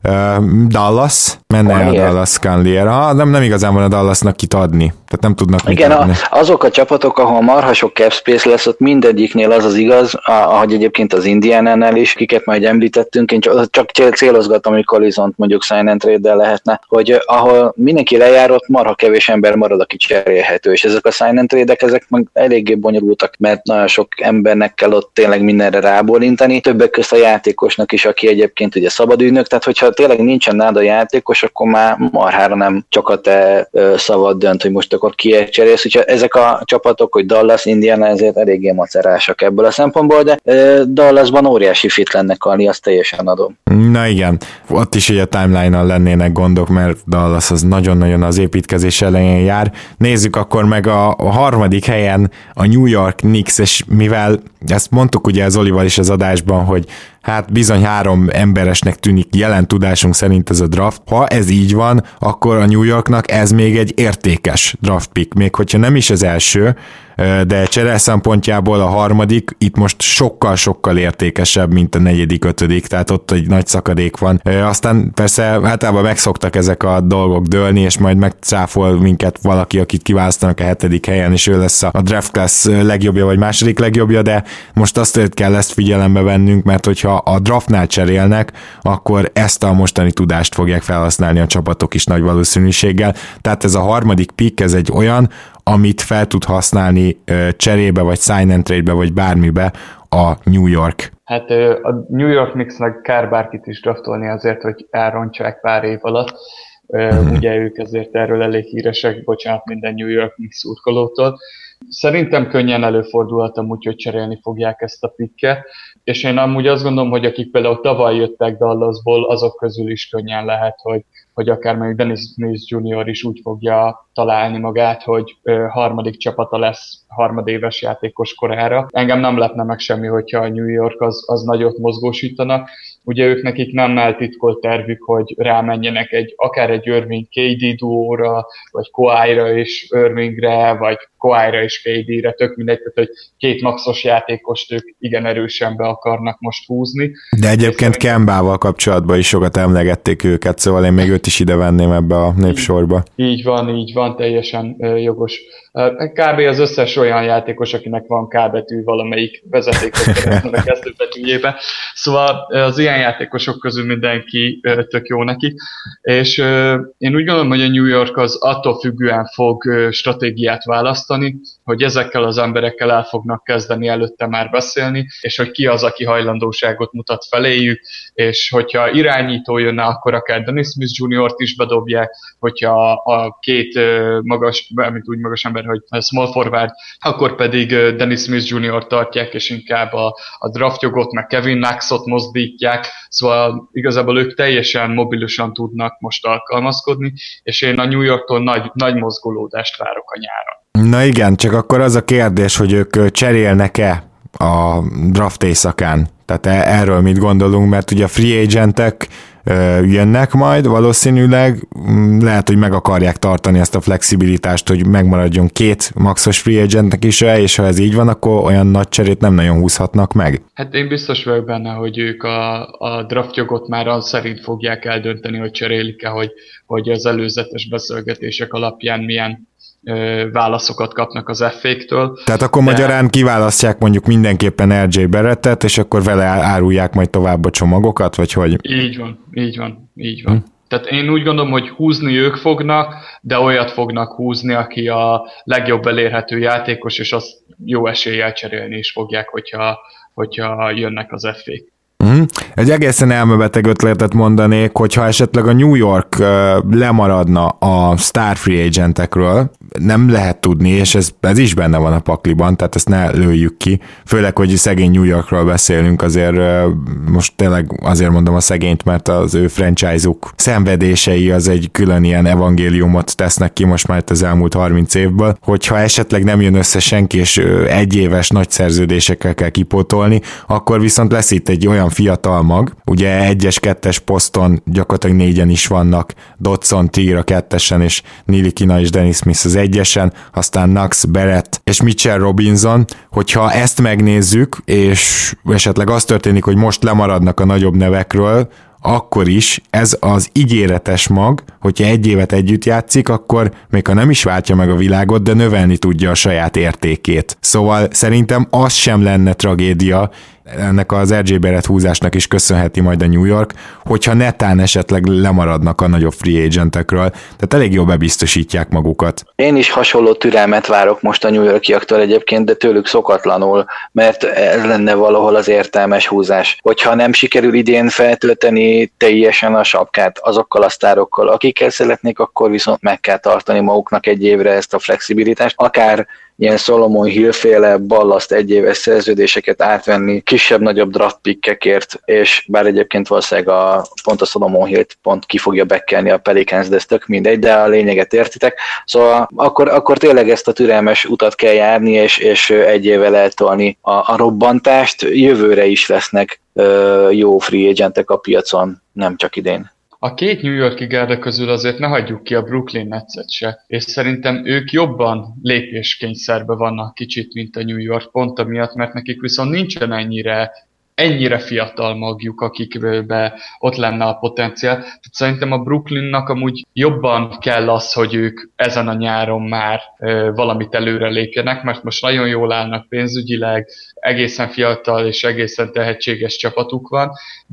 Dallas? Menne a Dallas Conleyre? Nem igazán van a Dallasnak kit adni. Tehát nem tudnak mit adni. Azok a csapatok, ahol marha sok cap space lesz, ott mindegyiknél az igaz, ahogy egyébként az Indiánánál is, kiket majd említettünk, én csak célozgatom, hogy Collizont mondjuk sign and trade-del lehetne, hogy ahol mindenki lejárott, marha kevés ember marad, aki cserélhető, és ezek a sign and trade-ek, ezek meg eléggé bonyolultak, mert nagyon sok embernek kell ott tényleg minden mindenre rábólintani, többek közt a játékosnak is, aki egyébként ugye szabadügynök, tehát hogyha tényleg nincsen nálad a játékos, akkor már marhára nem csak a te szavad dönt, hogy most akkor ki cserélsz. Úgyhogy ezek a csapatok, hogy Dallas, Indiana ezért eléggé macerásak ebből a szempontból, de Dallasban óriási fit lenne Kalni, azt teljesen adom. Na igen, ott is ugye a timeline-nal lennének gondok, mert Dallas az nagyon-nagyon az építkezés elején jár. Nézzük akkor meg a harmadik helyen a New York Knicks, és mivel ezt mondtuk ugye az Olival is az adásban, hogy hát bizony 3 emberesnek tűnik jelen tudásunk szerint ez a draft. Ha ez így van, akkor a New Yorknak ez még egy értékes draft pick, még hogyha nem is az első, de csere szempontjából a harmadik itt most sokkal-sokkal értékesebb, mint a 4., 5., tehát ott egy nagy szakadék van. Aztán persze általában megszoktak ezek a dolgok dőlni, és majd megcáfol minket valaki, akit kiválasztanak a 7. helyen, és ő lesz a draft class legjobbja, vagy második legjobbja, de most azt kell ezt figyelembe vennünk, mert hogyha a draftnál cserélnek, akkor ezt a mostani tudást fogják felhasználni a csapatok is nagy valószínűséggel. Tehát ez a harmadik pick, ez egy olyan, amit fel tud használni cserébe, vagy sign and trade-be, vagy bármibe a New York. Hát a New York Knicksnek kár bárkit is draftolni azért, hogy elrontsák pár év alatt. Ugye ők ezért erről elég híresek, bocsánat minden New York Knicks szurkolótól. Szerintem könnyen előfordulhatom úgy, hogy cserélni fogják ezt a picket, és én amúgy azt gondolom, hogy akik például tavaly jöttek Dallasból, azok közül is könnyen lehet, hogy akár mondjuk Dennis Smith Jr. is úgy fogja találni magát, hogy harmadik csapata lesz harmadéves játékos korára. Engem nem lepne meg semmi, hogyha a New York az nagyot mozgósítana. Ugye ők nekik nem eltitkolt tervük, hogy rámenjenek akár egy Irving KD duóra, vagy Kawhi-ra és Irvingre, vagy Kawhi-ra és KD-re, tök mindegy, tehát hogy 2 maxos játékost ők igen erősen be akarnak most húzni. De egyébként Kembával kapcsolatban is sokat emlegették őket, szóval én még őt is ide venném ebbe a népsorba. Így van, teljesen jogos. Kb. Az összes olyan játékos, akinek van K betű valamelyik vezetéknek a kezdőbetűjébe. Szóval az ilyen játékosok közül mindenki tök jó nekik. És én úgy gondolom, hogy a New York az attól függően fog stratégiát választani, hogy ezekkel az emberekkel el fognak kezdeni előtte már beszélni, és hogy ki az, aki hajlandóságot mutat feléjük, és hogyha irányító jönne, akkor akár Dennis Smith Jr.-t is bedobják, hogyha a 2 magas, mint úgy magas ember, hogy small forward, akkor pedig Dennis Smith Jr. tartják, és inkább a draftjogot, meg Kevin Knoxot mozdítják, szóval igazából ők teljesen mobilisan tudnak most alkalmazkodni, és én a New Yorktól nagy mozgolódást várok a nyáron. Na igen, csak akkor az a kérdés, hogy ők cserélnek-e a draft éjszakán. Tehát erről mit gondolunk, mert ugye a free agentek jönnek majd valószínűleg, lehet, hogy meg akarják tartani ezt a flexibilitást, hogy megmaradjon 2 maxos free agentnek is, és ha ez így van, akkor olyan nagy cserét nem nagyon húzhatnak meg. Hát én biztos vagyok benne, hogy ők a draftjogot már az szerint fogják eldönteni, hogy cserélik-e, hogy az előzetes beszélgetések alapján milyen válaszokat kapnak az FA-któl. Tehát akkor magyarán kiválasztják mondjuk mindenképpen RJ Barrettet, és akkor vele árulják majd tovább a csomagokat, vagy hogy? Így van. Tehát én úgy gondolom, hogy húzni ők fognak, de olyat fognak húzni, aki a legjobb elérhető játékos, és azt jó eséllyel cserélni is fogják, hogyha jönnek az FA-k. Egy egészen elmebeteg ötletet mondanék, hogyha esetleg a New York lemaradna a star free agentekről, nem lehet tudni, és ez is benne van a pakliban, tehát ezt ne lőjük ki, főleg, hogy szegény New Yorkról beszélünk, azért most tényleg azért mondom a szegényt, mert az ő franchise-uk szenvedései az egy külön ilyen evangéliumot tesznek ki most már az elmúlt 30 évből, hogyha esetleg nem jön össze senki, és egyéves nagy szerződésekkel kell kipótolni, akkor viszont lesz itt egy olyan fiatal mag, ugye 1-es, 2-es poszton gyakorlatilag 4-en is vannak, Dodson, Trier a 2-esen, és Nilikina és Dennis Smith az 1-esen, aztán Knox, Barrett és Mitchell Robinson, hogyha ezt megnézzük, és esetleg az történik, hogy most lemaradnak a nagyobb nevekről, akkor is ez az ígéretes mag, hogyha 1 évet együtt játszik, akkor még ha nem is váltja meg a világot, de növelni tudja a saját értékét. Szóval szerintem az sem lenne tragédia, ennek az RJ Barrett húzásnak is köszönheti majd a New York, hogyha netán esetleg lemaradnak a nagyobb free agentekről, tehát elég jól bebiztosítják magukat. Én is hasonló türelmet várok most a New Yorkiaktól egyébként, de tőlük szokatlanul, mert ez lenne valahol az értelmes húzás. Hogyha nem sikerül idén feltölteni teljesen a sapkát azokkal a sztárokkal, akikkel szeretnék, akkor viszont meg kell tartani maguknak egy évre ezt a flexibilitást, akár ilyen Solomon Hill-féle ballaszt egyéves szerződéseket átvenni kisebb-nagyobb draft pickekért, és bár egyébként valószínűleg pont a Solomon Hillt pont ki fogja bekkelni a Pelicans, de ez tök mindegy, de a lényeget értitek. Szóval akkor tényleg ezt a türelmes utat kell járni, és egy évvel eltolni a robbantást. Jövőre is lesznek jó free agentek a piacon, nem csak idén. A két New York-i gárda közül azért ne hagyjuk ki a Brooklyn Netset se, és szerintem ők jobban lépéskényszerben vannak kicsit, mint a New York, pont amiatt, mert nekik viszont nincsen ennyire fiatal magjuk, akikbe ott lenne a potenciál. Tehát szerintem a Brooklynnak amúgy jobban kell az, hogy ők ezen a nyáron már valamit előre lépjenek, mert most nagyon jól állnak pénzügyileg, egészen fiatal és egészen tehetséges csapatuk van,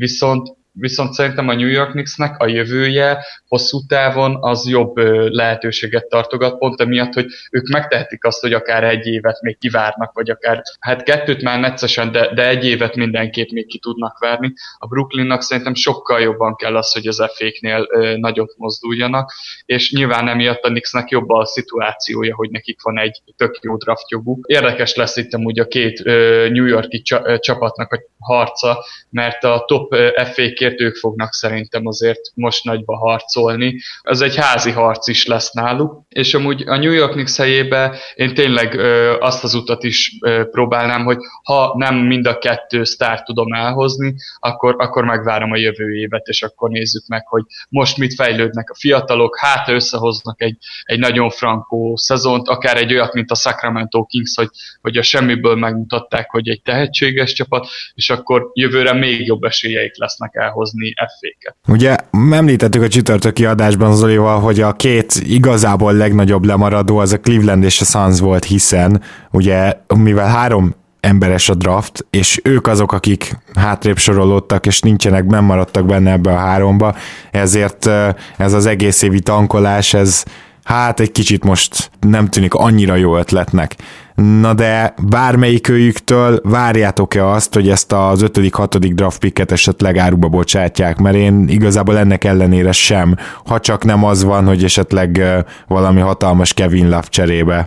viszont szerintem a New York Knicksnek a jövője hosszú távon az jobb lehetőséget tartogat, pont emiatt, hogy ők megtehetik azt, hogy akár egy évet még kivárnak, vagy akár, hát kettőt már neccesen, de egy évet mindenképp még ki tudnak várni. A Brooklynnak szerintem sokkal jobban kell az, hogy az FA-knél nagyot mozduljanak, és nyilván emiatt a Knicksnek jobb a szituációja, hogy nekik van egy tök jó draftjoguk. Érdekes lesz itt amúgy a két New York-i csapatnak a harca, mert a top FA-kért ők fognak szerintem azért most nagyba harcolni. Ez egy házi harc is lesz náluk, és amúgy a New York Knicks helyébe én tényleg azt az utat is próbálnám, hogy ha nem mind a kettő sztárt tudom elhozni, akkor megvárom a jövő évet, és akkor nézzük meg, hogy most mit fejlődnek a fiatalok, hát összehoznak egy nagyon frankó szezont, akár egy olyat, mint a Sacramento Kings, hogy a semmiből megmutatták, hogy egy tehetséges csapat, és akkor jövőre még jobb esélyeik lesznek elhozni FA-ket. Ugye említettük a csütörtöki adásban Zolival, hogy a két igazából legnagyobb lemaradó az a Cleveland és a Suns volt, hiszen ugye mivel 3 emberes a draft, és ők azok, akik hátrébb sorolódtak, és nem maradtak benne ebbe a 3-ba, ezért ez az egész évi tankolás, ez hát egy kicsit most nem tűnik annyira jó ötletnek. Na de bármelyikőjüktől várjátok-e azt, hogy ezt az 5.-6. draft picket esetleg áruba bocsátják, mert én igazából ennek ellenére sem, ha csak nem az van, hogy esetleg valami hatalmas Kevin Love cserébe,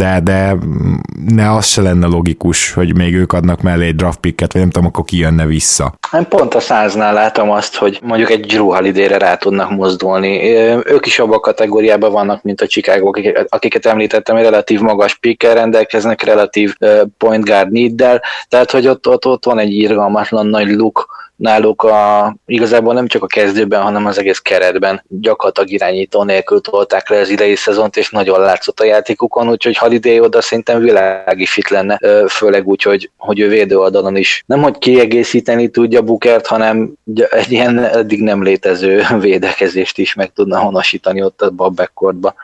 de ne az se lenne logikus, hogy még ők adnak mellé egy draft picket, vagy nem tudom, akkor ki jönne vissza. Nem pont a Sunsnál látom azt, hogy mondjuk egy Jrue Holidayre rá tudnak mozdulni. Ők is abban a kategóriában vannak, mint a Chicago, akiket említettem, hogy relatív magas pickkel rendelkeznek, relatív point guard need-del, tehát hogy ott van egy irgalmatlan nagy luk náluk igazából nem csak a kezdőben, hanem az egész keretben. Gyakorlatilag irányító nélkül tolták le az idei szezont, és nagyon látszott a játékukon, úgyhogy Holiday oda szerintem világi fit lenne, főleg úgy, hogy ő védő oldalon is nem hogy kiegészíteni tudja Bookert, hanem egy ilyen eddig nem létező védekezést is meg tudna honosítani ott a backcourtba.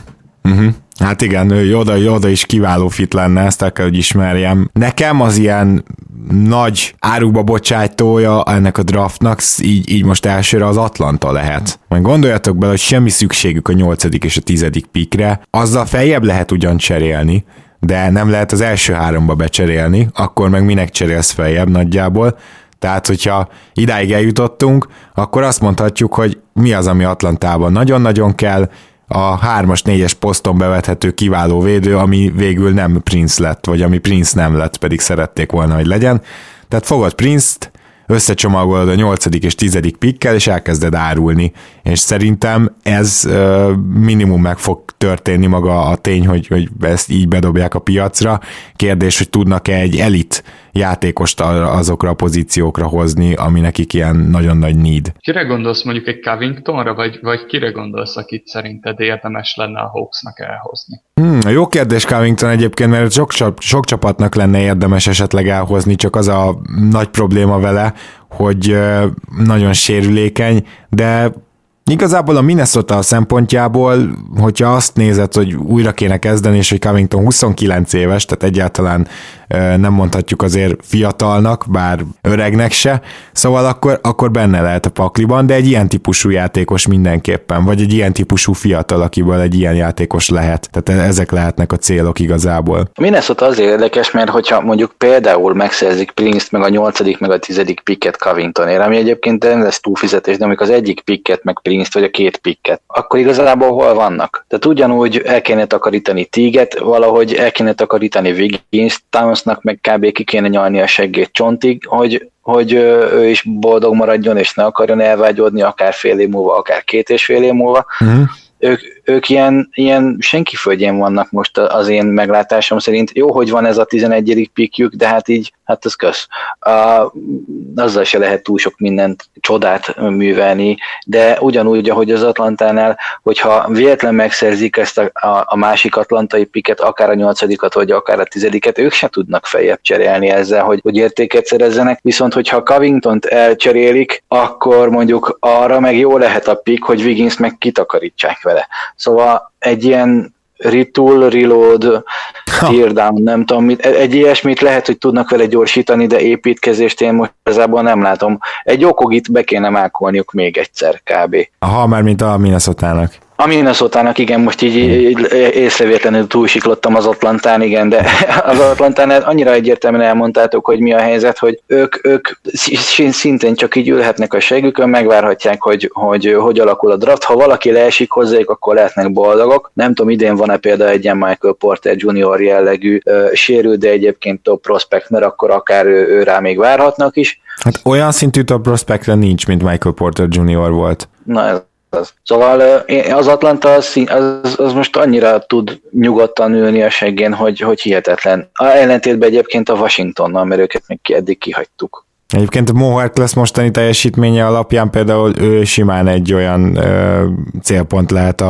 Hát igen, ő oda is kiváló fit lenne, ezt el kell, hogy ismerjem. Nekem az ilyen nagy áruba bocsájtója ennek a draftnak, így most elsőre az Atlanta lehet. Majd gondoljatok bele, hogy semmi szükségük a 8. és a 10. pickre, azzal feljebb lehet ugyan cserélni, de nem lehet az első 3-ba becserélni, akkor meg minek cserélsz feljebb nagyjából. Tehát, hogyha idáig eljutottunk, akkor azt mondhatjuk, hogy mi az, ami Atlantában nagyon-nagyon kell, a 3-as, 4-es poszton bevethető kiváló védő, ami végül nem Prince lett, vagy ami Prince nem lett, pedig szerették volna, hogy legyen. Tehát fogod Prince-t, összecsomagolod a 8. és 10. pickkel, és elkezded árulni. És szerintem ez minimum meg fog történni maga a tény, hogy ezt így bedobják a piacra. Kérdés, hogy tudnak-e egy elit játékost azokra a pozíciókra hozni, ami nekik ilyen nagyon nagy need. Kire gondolsz, mondjuk egy Covingtonra, vagy kire gondolsz, akit szerinted érdemes lenne a Hawksnak elhozni? Jó kérdés Covington egyébként, mert sok csapatnak lenne érdemes esetleg elhozni, csak az a nagy probléma vele, hogy nagyon sérülékeny, de Igazából a Minnesota szempontjából, hogyha azt nézed, hogy újra kéne kezdeni, és hogy Covington 29 éves, tehát egyáltalán nem mondhatjuk azért fiatalnak, bár öregnek se, szóval akkor benne lehet a pakliban, de egy ilyen típusú játékos mindenképpen, vagy egy ilyen típusú fiatal, akiből egy ilyen játékos lehet. Tehát ezek lehetnek a célok igazából. A Minnesota azért érdekes, mert hogyha mondjuk például megszerzik Prince-t, meg a 8. meg a 10. picket Covingtonért, ami egyébként nem lesz túlfizetés, de amikor az egyik picket, meg Prince-t, vagy a 2 picket, akkor igazából hol vannak? Tehát ugyanúgy el kéne takarítani Teaget, valahogy el kéne takarítani Wiggins, Townsnak meg kb. Ki kéne nyalni a seggét Csontig, hogy ő is boldog maradjon, és ne akarjon elvágyódni, akár fél év múlva, akár 2,5 év múlva. Ők ilyen senki földjén vannak most az én meglátásom szerint. Jó, hogy van ez a 11. pickjük, de hát így, hát ez kösz. Azzal se lehet túl sok mindent, csodát művelni, de ugyanúgy, ahogy az Atlantánál, hogyha véletlen megszerzik ezt a másik atlantai picket, akár a 8. vagy akár a 10. ők se tudnak feljebb cserélni ezzel, hogy értéket szerezzenek, viszont hogyha Covingtont elcserélik, akkor mondjuk arra meg jó lehet a pick, hogy Wiggins meg kitakarítsák vele. Szóval egy ilyen retool, reload, teardown, nem tudom mit, egy ilyesmit lehet, hogy tudnak vele gyorsítani, de építkezést én most igazából nem látom. Egy Okogit be kéne mákolniuk még egyszer kb. Aha, már mint a Minnesotának. A Minnesotának, igen, most így észrevétlenül túlsiklottam az Atlantán, igen, de az Atlantánál annyira egyértelműen elmondtátok, hogy mi a helyzet, hogy ők szintén csak így ülhetnek a segükön, megvárhatják, hogy alakul a draft. Ha valaki leesik hozzájuk, akkor lehetnek boldogok. Nem tudom, idén van-e például egy ilyen Michael Porter Jr. jellegű sérült, de egyébként top prospect, mert akkor akár ő rá még várhatnak is. Hát olyan szintű top prospectre nincs, mint Michael Porter Jr. volt. Na ez az. Szóval az Atlanta az most annyira tud nyugodtan ülni a seggén, hogy hihetetlen. A ellentétben egyébként a Washingtonnal, mert őket még eddig kihagytuk. Egyébként a Mo Harkless mostani teljesítménye alapján például ő simán egy olyan célpont lehet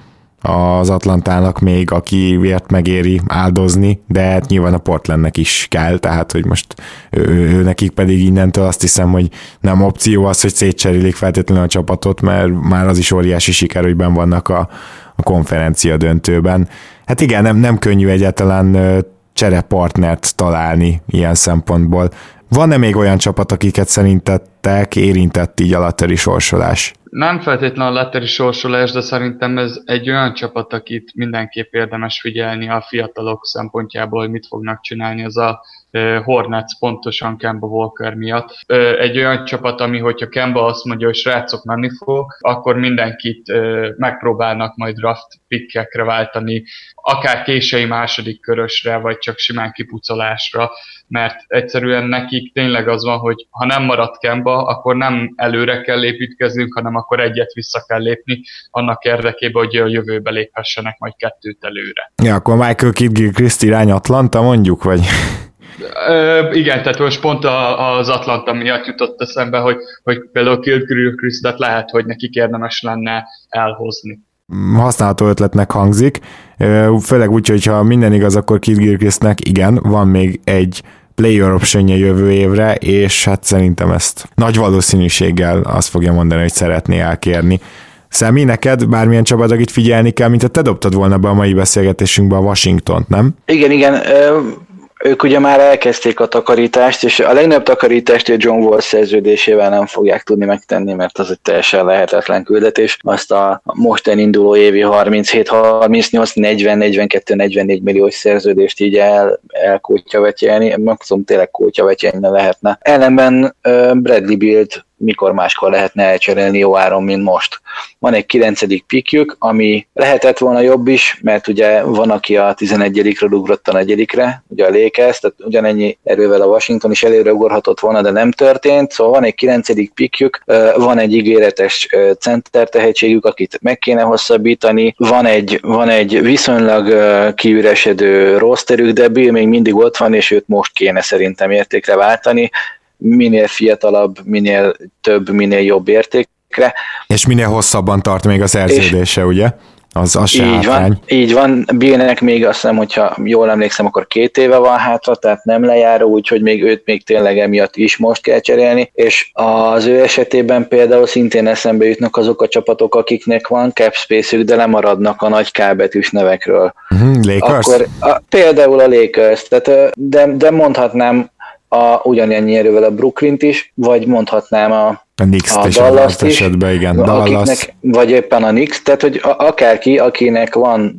az Atlantának még, akiért megéri áldozni, de hát nyilván a Portlandnek is kell, tehát hogy most ő nekik pedig innentől azt hiszem, hogy nem opció az, hogy szétcserélik feltétlenül a csapatot, mert már az is óriási siker, hogy benn vannak a konferencia döntőben. Hát igen, nem könnyű egyáltalán cserepartnert találni ilyen szempontból. Van-e még olyan csapat, akiket szerintetek érintett így a lottery sorsolás? Nem feltétlenül a lottery sorsolás, de szerintem ez egy olyan csapat, akit mindenképp érdemes figyelni a fiatalok szempontjából, hogy mit fognak csinálni, az a Hornets pontosan Kemba Walker miatt. Egy olyan csapat, ami hogyha Kemba azt mondja, hogy srácok menni fog, akkor mindenkit megpróbálnak majd draft pickekre váltani, akár késői második körösre, vagy csak simán kipucolásra, mert egyszerűen nekik tényleg az van, hogy ha nem marad Kemba, akkor nem előre kell építkeznünk, hanem akkor egyet vissza kell lépni, annak érdekében, hogy a jövőbe léphessenek majd 2 előre. Ja, akkor Michael Kidd-Gilchrist irány Atlanta mondjuk, vagy? Igen, tehát most pont az Atlanta miatt jutott eszembe, hogy például Kidd-Gilchristet lehet, hogy nekik érdemes lenne elhozni. Használható ötletnek hangzik, főleg úgy, hogyha minden igaz, akkor Kidd-Gilchristnek igen, van még egy player optionja jövő évre, és hát szerintem ezt nagy valószínűséggel azt fogja mondani, hogy szeretné elkérni. Számi, neked bármilyen csapat, akit figyelni kell, mint te dobtad volna be a mai beszélgetésünkbe a Washingtont, nem? Igen. Ők ugye már elkezdték a takarítást, és a legnagyobb takarítást a John Wall szerződésével nem fogják tudni megtenni, mert az egy teljesen lehetetlen küldetés. Azt a mostani induló évi 37, 38, 40, 42, 44 milliós szerződést így elkótyavetyelni, maximum tényleg kótyavetyelni lehetne. Ellenben Bradley Bealt mikor máskor lehetne elcserélni jó áron, mint most. Van egy 9. pickjük, ami lehetett volna jobb is, mert ugye van, aki a 11-ről ugrott a 4-re, ugye a Lakers, tehát ugyanennyi erővel a Washington is előre ugorhatott volna, de nem történt, szóval van egy 9. pickjük, van egy ígéretes center tehetségük, akit meg kéne hosszabbítani, van egy viszonylag kiüresedő rosterük, de Bill még mindig ott van, és őt most kéne szerintem értékre váltani, minél fiatalabb, minél több, minél jobb értékre. És minél hosszabban tart még a szerződése, ugye? az se hátrány. Így van, Billnek még azt hiszem, hogyha jól emlékszem, akkor 2 éve van hátra, tehát nem lejáró, úgyhogy még őt még tényleg emiatt is most kell cserélni, és az ő esetében például szintén eszembe jutnak azok a csapatok, akiknek van cap space-ük, de lemaradnak a nagy K betűs nevekről. Lakers? Akkor például a Lakers, tehát, de mondhatnám ugyanilyen erővel a Brooklynt is, vagy mondhatnám a Knicks-t is Dallas-t is, esetben, igen. Dallas. Vagy éppen a Knicks, tehát hogy akárki, akinek van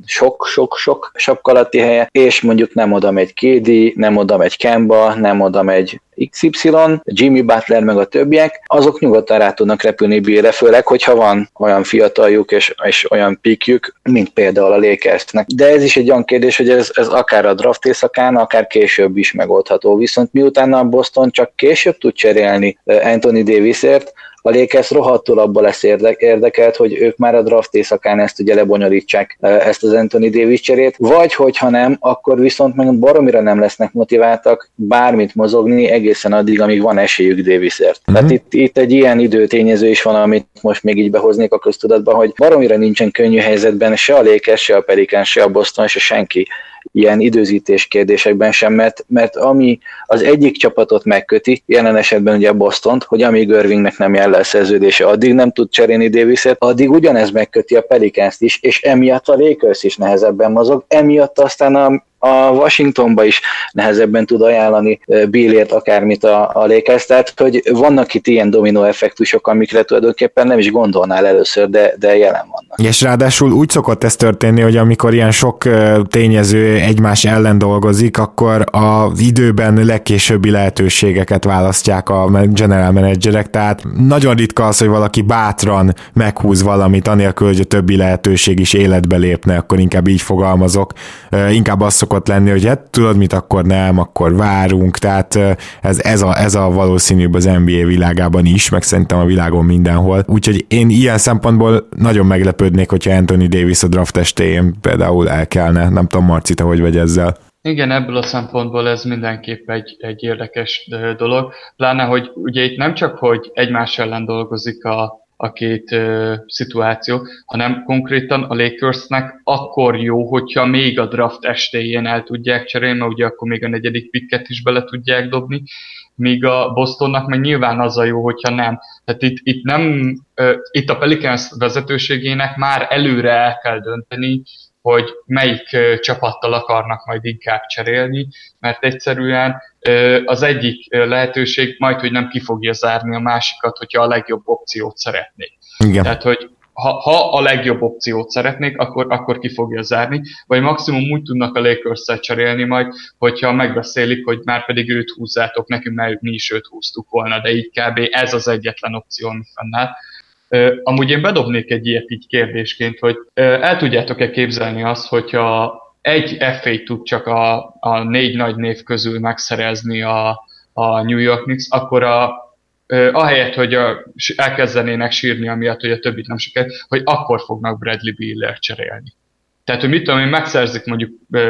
sok sapkalati helye, és mondjuk nem oda megy KD, nem oda megy Kemba, nem oda megy XY, Jimmy Butler meg a többiek, azok nyugodtan rá tudnak repülni Billre, főleg, hogyha van olyan fiataljuk és olyan pikjük, mint például a Lakersnek. De ez is egy olyan kérdés, hogy ez akár a draft éjszakán, akár később is megoldható. Viszont miután a Boston csak később tud cserélni Anthony Davisért, a Lakers rohadtul abba lesz érdekelt, hogy ők már a draft éjszakán ezt ugye lebonyolítsák, ezt az Anthony Davis cserét, vagy hogyha nem, akkor viszont meg baromira nem lesznek motiváltak bármit mozogni egészen addig, amíg van esélyük Davisért. Tehát itt egy ilyen időtényező is van, amit most még így behoznék a köztudatba, hogy baromira nincsen könnyű helyzetben se a Lakers, se a Pelicans, se a Boston, se senki ilyen időzítés kérdésekben sem, mert ami az egyik csapatot megköti, jelen esetben ugye a Bostont, hogy amíg Irvingnek nem jár le a szerződése, addig nem tud cserélni Daviset, addig ugyanez megköti a Pelicans-t is, és emiatt a Lakers is nehezebben mozog, emiatt aztán a Washingtonba is nehezebben tud ajánlani Billért akármit a Lakers, tehát hogy vannak itt ilyen dominó effektusok, amikre tulajdonképpen nem is gondolnál először, de jelen vannak. És ráadásul úgy szokott ez történni, hogy amikor ilyen sok tényező egymás ellen dolgozik, akkor az időben legkésőbbi lehetőségeket választják a general managerek, tehát nagyon ritka az, hogy valaki bátran meghúz valamit, anélkül, hogy a többi lehetőség is életbe lépne, akkor inkább így fogalmazok. Inkább az szokott lenni, hogy hát tudod mit, akkor nem, akkor várunk, tehát ez a valószínűbb az NBA világában is, meg szerintem a világon mindenhol. Úgyhogy én ilyen szempontból nagyon meglepődnék, hogyha Anthony Davis a draft estéjén például elkelne. Nem tudom, Marci, te hogy vagy ezzel? Igen, ebből a szempontból ez mindenképp egy érdekes dolog. Pláne, hogy ugye itt nem csak, hogy egymás ellen dolgozik a két szituáció, hanem konkrétan a Lakersnek akkor jó, hogyha még a draft estéjén el tudják cserélni, mert ugye akkor még a 4. picket is bele tudják dobni, míg a Bostonnak meg nyilván az a jó, hogyha nem. Tehát itt a Pelicans vezetőségének már előre el kell dönteni, hogy melyik csapattal akarnak majd inkább cserélni, mert egyszerűen az egyik lehetőség majd, hogy nem ki fogja zárni a másikat, hogyha a legjobb opciót szeretnék. Igen. Tehát, hogy ha a legjobb opciót szeretnék, akkor ki fogja zárni, vagy maximum úgy tudnak a Lakers-szel cserélni majd, hogyha megbeszélik, hogy már pedig őt húzzátok nekünk, mert mi is őt húztuk volna, de így kb. Ez az egyetlen opció, ami fennáll. Amúgy én bedobnék egy ilyet így kérdésként, hogy el tudjátok-e képzelni azt, hogyha egy FA-t tud csak a 4 nagy név közül megszerezni a New York Knicks, akkor ahelyett, hogy elkezdenének sírni amiatt, hogy a többit nem sikerült, hogy akkor fognak Bradley Beal-ért cserélni. Tehát, hogy mit tudom én, megszerzik mondjuk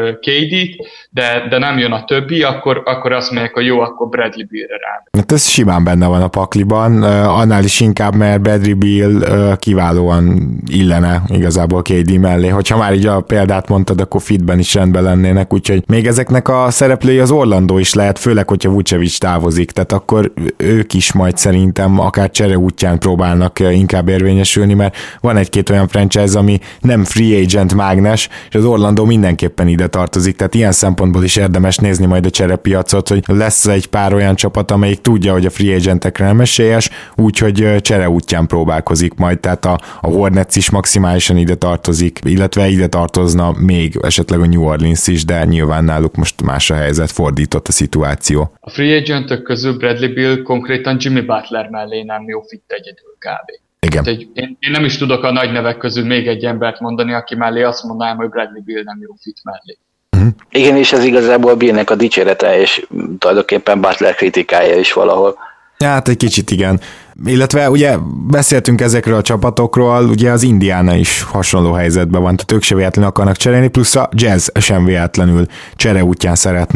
KD-t, de nem jön a többi, akkor azt mondják, hogy jó, akkor Bradley Beal-re rá. Hát ez simán benne van a pakliban, annál is inkább, mert Bradley Beal kiválóan illene igazából KD mellé. Hogyha már így a példát mondtad, akkor fitben is rendben lennének, úgyhogy még ezeknek a szereplői az Orlando is lehet, főleg, hogyha Vucevic távozik, tehát akkor ők is majd szerintem akár csere útján próbálnak inkább érvényesülni, mert van egy-két olyan franchise, ami nem free agent mágnes, és az Orlando mindenképpen ide tartozik, tehát ilyen szempontból is érdemes nézni majd a cserepiacot, hogy lesz egy pár olyan csapat, amelyik tudja, hogy a free agentekre nem esélyes, úgyhogy csere útján próbálkozik majd, tehát a Hornets is maximálisan ide tartozik, illetve ide tartozna még esetleg a New Orleans is, de nyilván náluk most más a helyzet, fordított a szituáció. A free agentök közül Bradley Beal konkrétan Jimmy Butler mellé nem jó fit egyedül kb. Igen. Én nem is tudok a nagy nevek közül még egy embert mondani, aki mellé azt mondanám, hogy Bradley Beal nem jó fit mellé. Igen, és ez igazából Billnek a dicsérete, és tulajdonképpen Butler kritikája is valahol. Hát egy kicsit igen. Illetve ugye beszéltünk ezekről a csapatokról, ugye az Indiana is hasonló helyzetben van, tehát ők se véletlenül akarnak cserélni, plusz a Jazz sem véletlenül csere útján szeretne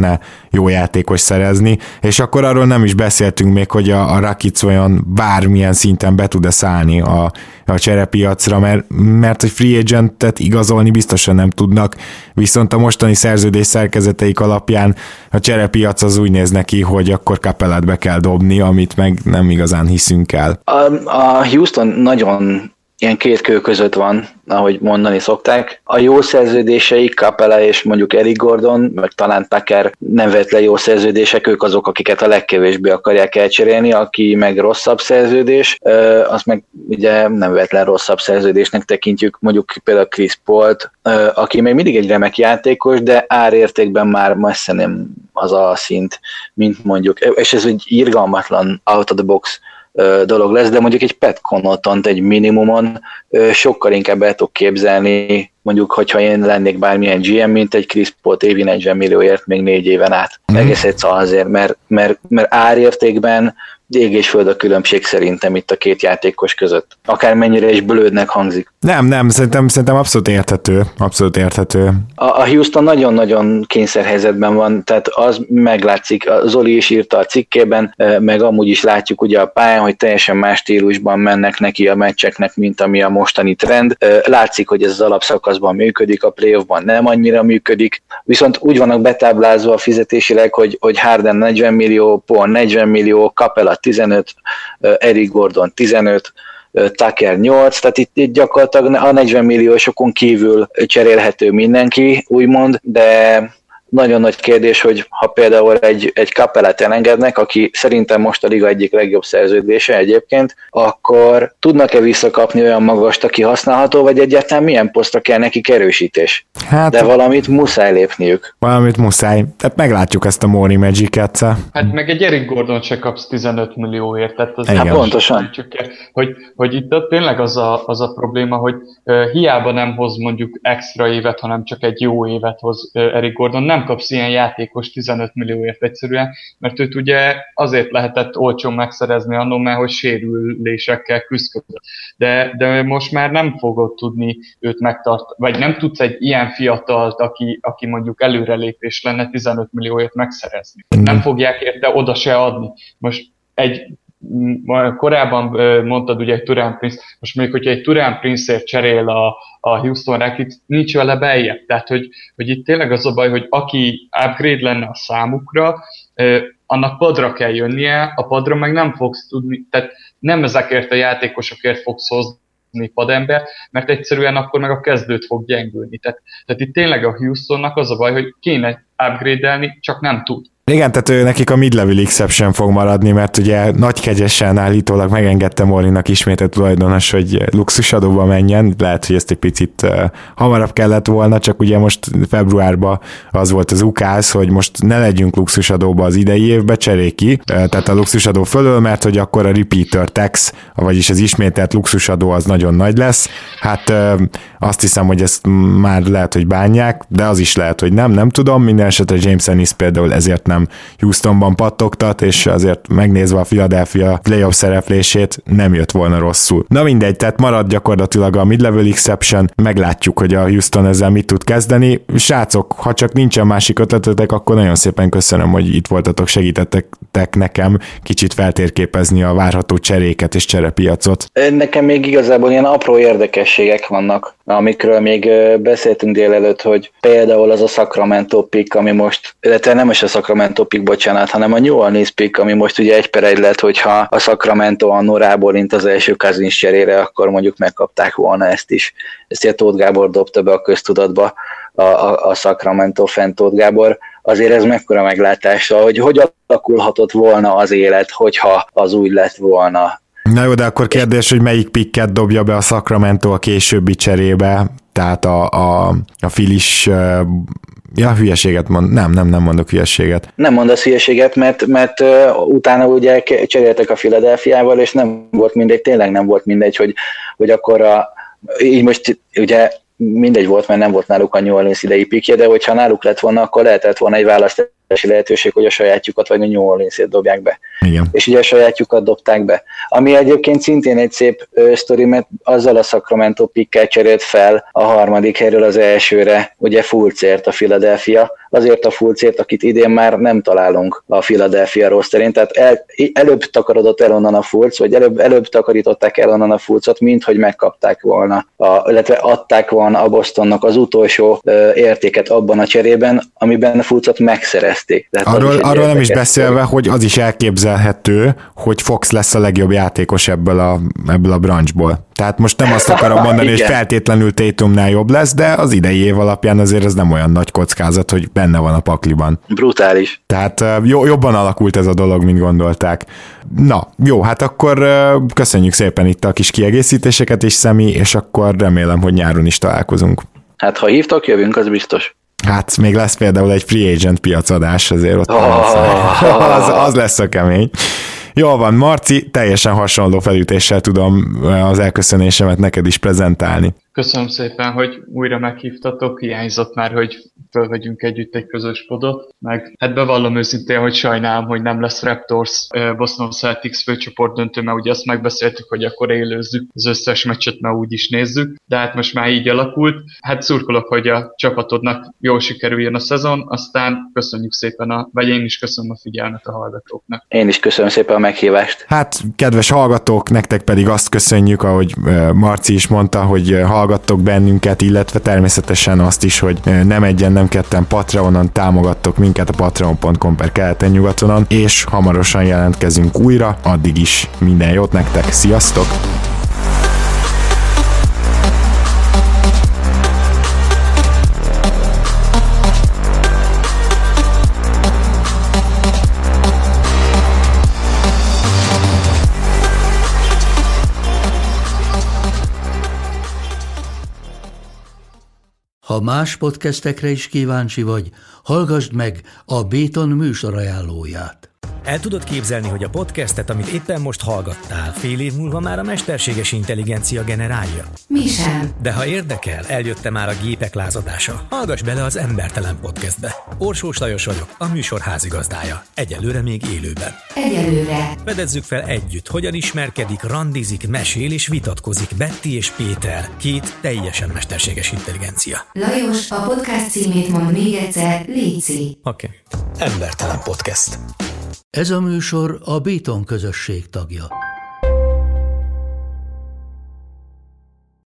jó játékos szerezni, és akkor arról nem is beszéltünk még, hogy a Rockets olyan bármilyen szinten be tud-e szállni a cserepiacra, mert hogy free agentet igazolni biztosan nem tudnak, viszont a mostani szerződés szerkezeteik alapján a cserepiac az úgy néz neki, hogy akkor Capellát be kell dobni, amit meg nem igazán hiszünk el. A Houston nagyon ilyen két kő között van, ahogy mondani szokták. A jó szerződéseik, Capella és mondjuk Eric Gordon, meg talán Tucker nem vett le jó szerződések, ők azok, akiket a legkevésbé akarják elcserélni, aki meg rosszabb szerződés, azt meg ugye nem vett le rosszabb szerződésnek tekintjük, mondjuk például Chris Paul-t, aki még mindig egy remek játékos, de árértékben már messze nem az a szint, mint mondjuk, és ez egy irgalmatlan out of the box dolog lesz, de mondjuk egy Pat Connaughtont egy minimumon sokkal inkább el tudok képzelni, mondjuk, hogyha én lennék bármilyen GM, mint egy Chris Paul-t évi 40 millióért még 4 éven át. Egész egyszerűen azért, mert árértékben ég és föld a különbség szerintem itt a két játékos között. Akármennyire is blödnek hangzik. Nem, szerintem abszolút érthető. A Houston nagyon-nagyon kényszerhelyzetben van, tehát az meglátszik, Zoli is írta a cikkében, meg amúgy is látjuk ugye a pályán, hogy teljesen más stílusban mennek neki a meccseknek, mint ami a mostani trend. Látszik, hogy ez az alapszakaszban működik, a playoffban nem annyira működik, viszont úgy vannak betáblázva fizetésileg, hogy Harden 40 millió, Paul 40 millió, Capella 15, Eric Gordon 15, Tucker 8, tehát itt gyakorlatilag a 40 milliósokon kívül cserélhető mindenki, úgymond, de nagyon nagy kérdés, hogy ha például egy Capellát elengednek, aki szerintem most a liga egyik legjobb szerződése egyébként, akkor tudnak-e visszakapni olyan magast, aki használható, vagy egyáltalán milyen posztra kell nekik erősítés? Hát, de valamit muszáj lépniük. Valamit muszáj. Tehát meglátjuk ezt a Mori Magic-et. Hát meg egy Eric Gordon se kapsz 15 millióért. Tehát az hát pontosan. Hogy itt tényleg az a probléma, hogy hiába nem hoz mondjuk extra évet, hanem csak egy jó évet hoz Eric Gordon, nem kapsz ilyen játékos 15 millióért egyszerűen, mert őt ugye azért lehetett olcsón megszerezni annól, mert hogy sérülésekkel küzdött. De most már nem fogod tudni őt megtartani, vagy nem tudsz egy ilyen fiatalt, aki mondjuk előrelépés lenne 15 millióért megszerezni. Nem fogják érte oda se adni. Most korábban mondtad ugye egy Taurean Prince, most még hogyha egy Taurean Prince-ért cserél a Houston Rockets, nincs vele beljebb. Tehát, hogy itt tényleg az a baj, hogy aki upgrade lenne a számukra, annak padra kell jönnie, a padra meg nem fogsz tudni, tehát nem ezekért a játékosokért fogsz hozni padember, mert egyszerűen akkor meg a kezdőt fog gyengülni. Tehát itt tényleg a Houstonnak az a baj, hogy kéne upgrade-elni, csak nem tud. Igen, tehát nekik a mid-level exception fog maradni, mert ugye nagy kegyesen állítólag megengedte Morinak ismét a tulajdonos, hogy luxusadóba menjen, lehet, hogy ezt egy picit hamarabb kellett volna, csak ugye most februárban az volt az ukáz, hogy most ne legyünk luxusadóba az idei évbe, cserélj ki, tehát a luxusadó fölől, mert hogy akkor a repeater tax, vagyis az ismételt luxusadó az nagyon nagy lesz. Hát azt hiszem, hogy ezt már lehet, hogy bánják, de az is lehet, hogy nem tudom, minden esetre James Ennis például ezért nem Houstonban pattogtat, és azért megnézve a Philadelphia playoff szereplését nem jött volna rosszul. Na mindegy, tehát marad gyakorlatilag a mid-level exception, meglátjuk, hogy a Houston ezzel mit tud kezdeni. Srácok, ha csak nincsen másik ötletetek, akkor nagyon szépen köszönöm, hogy itt voltatok, segítettek nekem kicsit feltérképezni a várható cseréket és cserepiacot. Nekem még igazából ilyen apró érdekességek vannak, amikről még beszéltünk délelőtt, hogy például az a Sacramento pick, ami most, illetve nem is a Sacramento pick, bocsánat, hanem a New Orleans pick, ami most ugye 1/1 lett, hogyha a Sacramento annó rábólint az első Cousins cserére, akkor mondjuk megkapták volna ezt is. Ezt ugye Tóth Gábor dobta be a köztudatba, a Sacramento fan Tóth Gábor. Azért ez mekkora meglátása, hogy alakulhatott volna az élet, hogyha az úgy lett volna. Na jó, de akkor kérdés, hogy melyik picket dobja be a Sacramento a későbbi cserébe, tehát a Phillies, hülyeséget mond, nem mondok hülyeséget. Nem mondasz hülyeséget, mert utána ugye cseréltek a Philadelphiával, és nem volt mindegy, tényleg nem volt mindegy, hogy akkor így most ugye mindegy volt, mert nem volt náluk a New Orleans idei pickje, de hogyha náluk lett volna, akkor lehetett volna egy választási lehetőség, hogy a sajátjukat vagy a New Orleans-ét dobják be. Igen. És ugye a sajátjukat dobták be. Ami egyébként szintén egy szép sztori, mert azzal a Sacramento pickkel cserélt fel a harmadik helyről az elsőre, ugye Fultzért a Philadelphia, azért a Fultzért, akit idén már nem találunk a Philadelphia rosterén, tehát előbb takarodott el onnan a Fultz, vagy előbb takarították el onnan a Fultzot, mint hogy megkapták volna, illetve adták volna a Bostonnak az utolsó értéket abban a cserében, amiben a Fultzot megszerezték. Arról nem is beszélve, hogy az is elképzelhető, hogy Fox lesz a legjobb játékos ebből a branchból. Tehát most nem azt akarom mondani, hogy feltétlenül Tatumnál jobb lesz, de az idei év alapján azért ez nem olyan nagy kockázat, hogy benne van a pakliban. Brutális. Tehát jobban alakult ez a dolog, mint gondolták. Na, jó, hát akkor köszönjük szépen itt a kis kiegészítéseket is, Szemi, és akkor remélem, hogy nyáron is találkozunk. Hát ha hívtok, jövünk, az biztos. Hát még lesz például egy free agent piacadás, azért ott az lesz a kemény. Jól van, Marci, teljesen hasonló felütéssel tudom az elköszönésemet neked is prezentálni. Köszönöm szépen, hogy újra meghívtatok, hiányzott már, hogy fölvegyünk együtt egy közös podot, meg hát bevallom őszintén, hogy sajnálom, hogy nem lesz Raptors Boston Celtics főcsoport döntő, mert ugye azt megbeszéltük, hogy akkor élőzzük az összes meccset, mert úgy is nézzük, de hát most már így alakult. Hát szurkolok, hogy a csapatodnak jól sikerüljön a szezon, aztán köszönjük szépen, vagy én is köszönöm a figyelmet a hallgatóknak. Én is köszönöm szépen a meghívást. Hát, kedves hallgatók, nektek pedig azt köszönjük, ahogy Marci is mondta, hogy hallgattok bennünket, illetve természetesen azt is, hogy nem egyen, nem ketten Patreonon támogattok minket a patreon.com/keleten-nyugatonon, és hamarosan jelentkezünk újra, addig is minden jót nektek, sziasztok! Ha más podcastekre is kíváncsi vagy, hallgassd meg a Béton műsor ajánlóját. El tudod képzelni, hogy a podcastet, amit éppen most hallgattál, fél év múlva már a mesterséges intelligencia generálja? Mi sem. De ha érdekel, eljött már a gépek lázadása. Hallgass bele az Embertelen Podcastbe. Orsós Lajos vagyok, a műsor házigazdája. Egyelőre még élőben. Egyelőre. Fedezzük fel együtt, hogyan ismerkedik, randizik, mesél és vitatkozik Betty és Péter, két teljesen mesterséges intelligencia. Lajos, a podcast címét mond még egyszer, léci. Oké. Embertelen Podcast. Ez a műsor a Béton közösség tagja.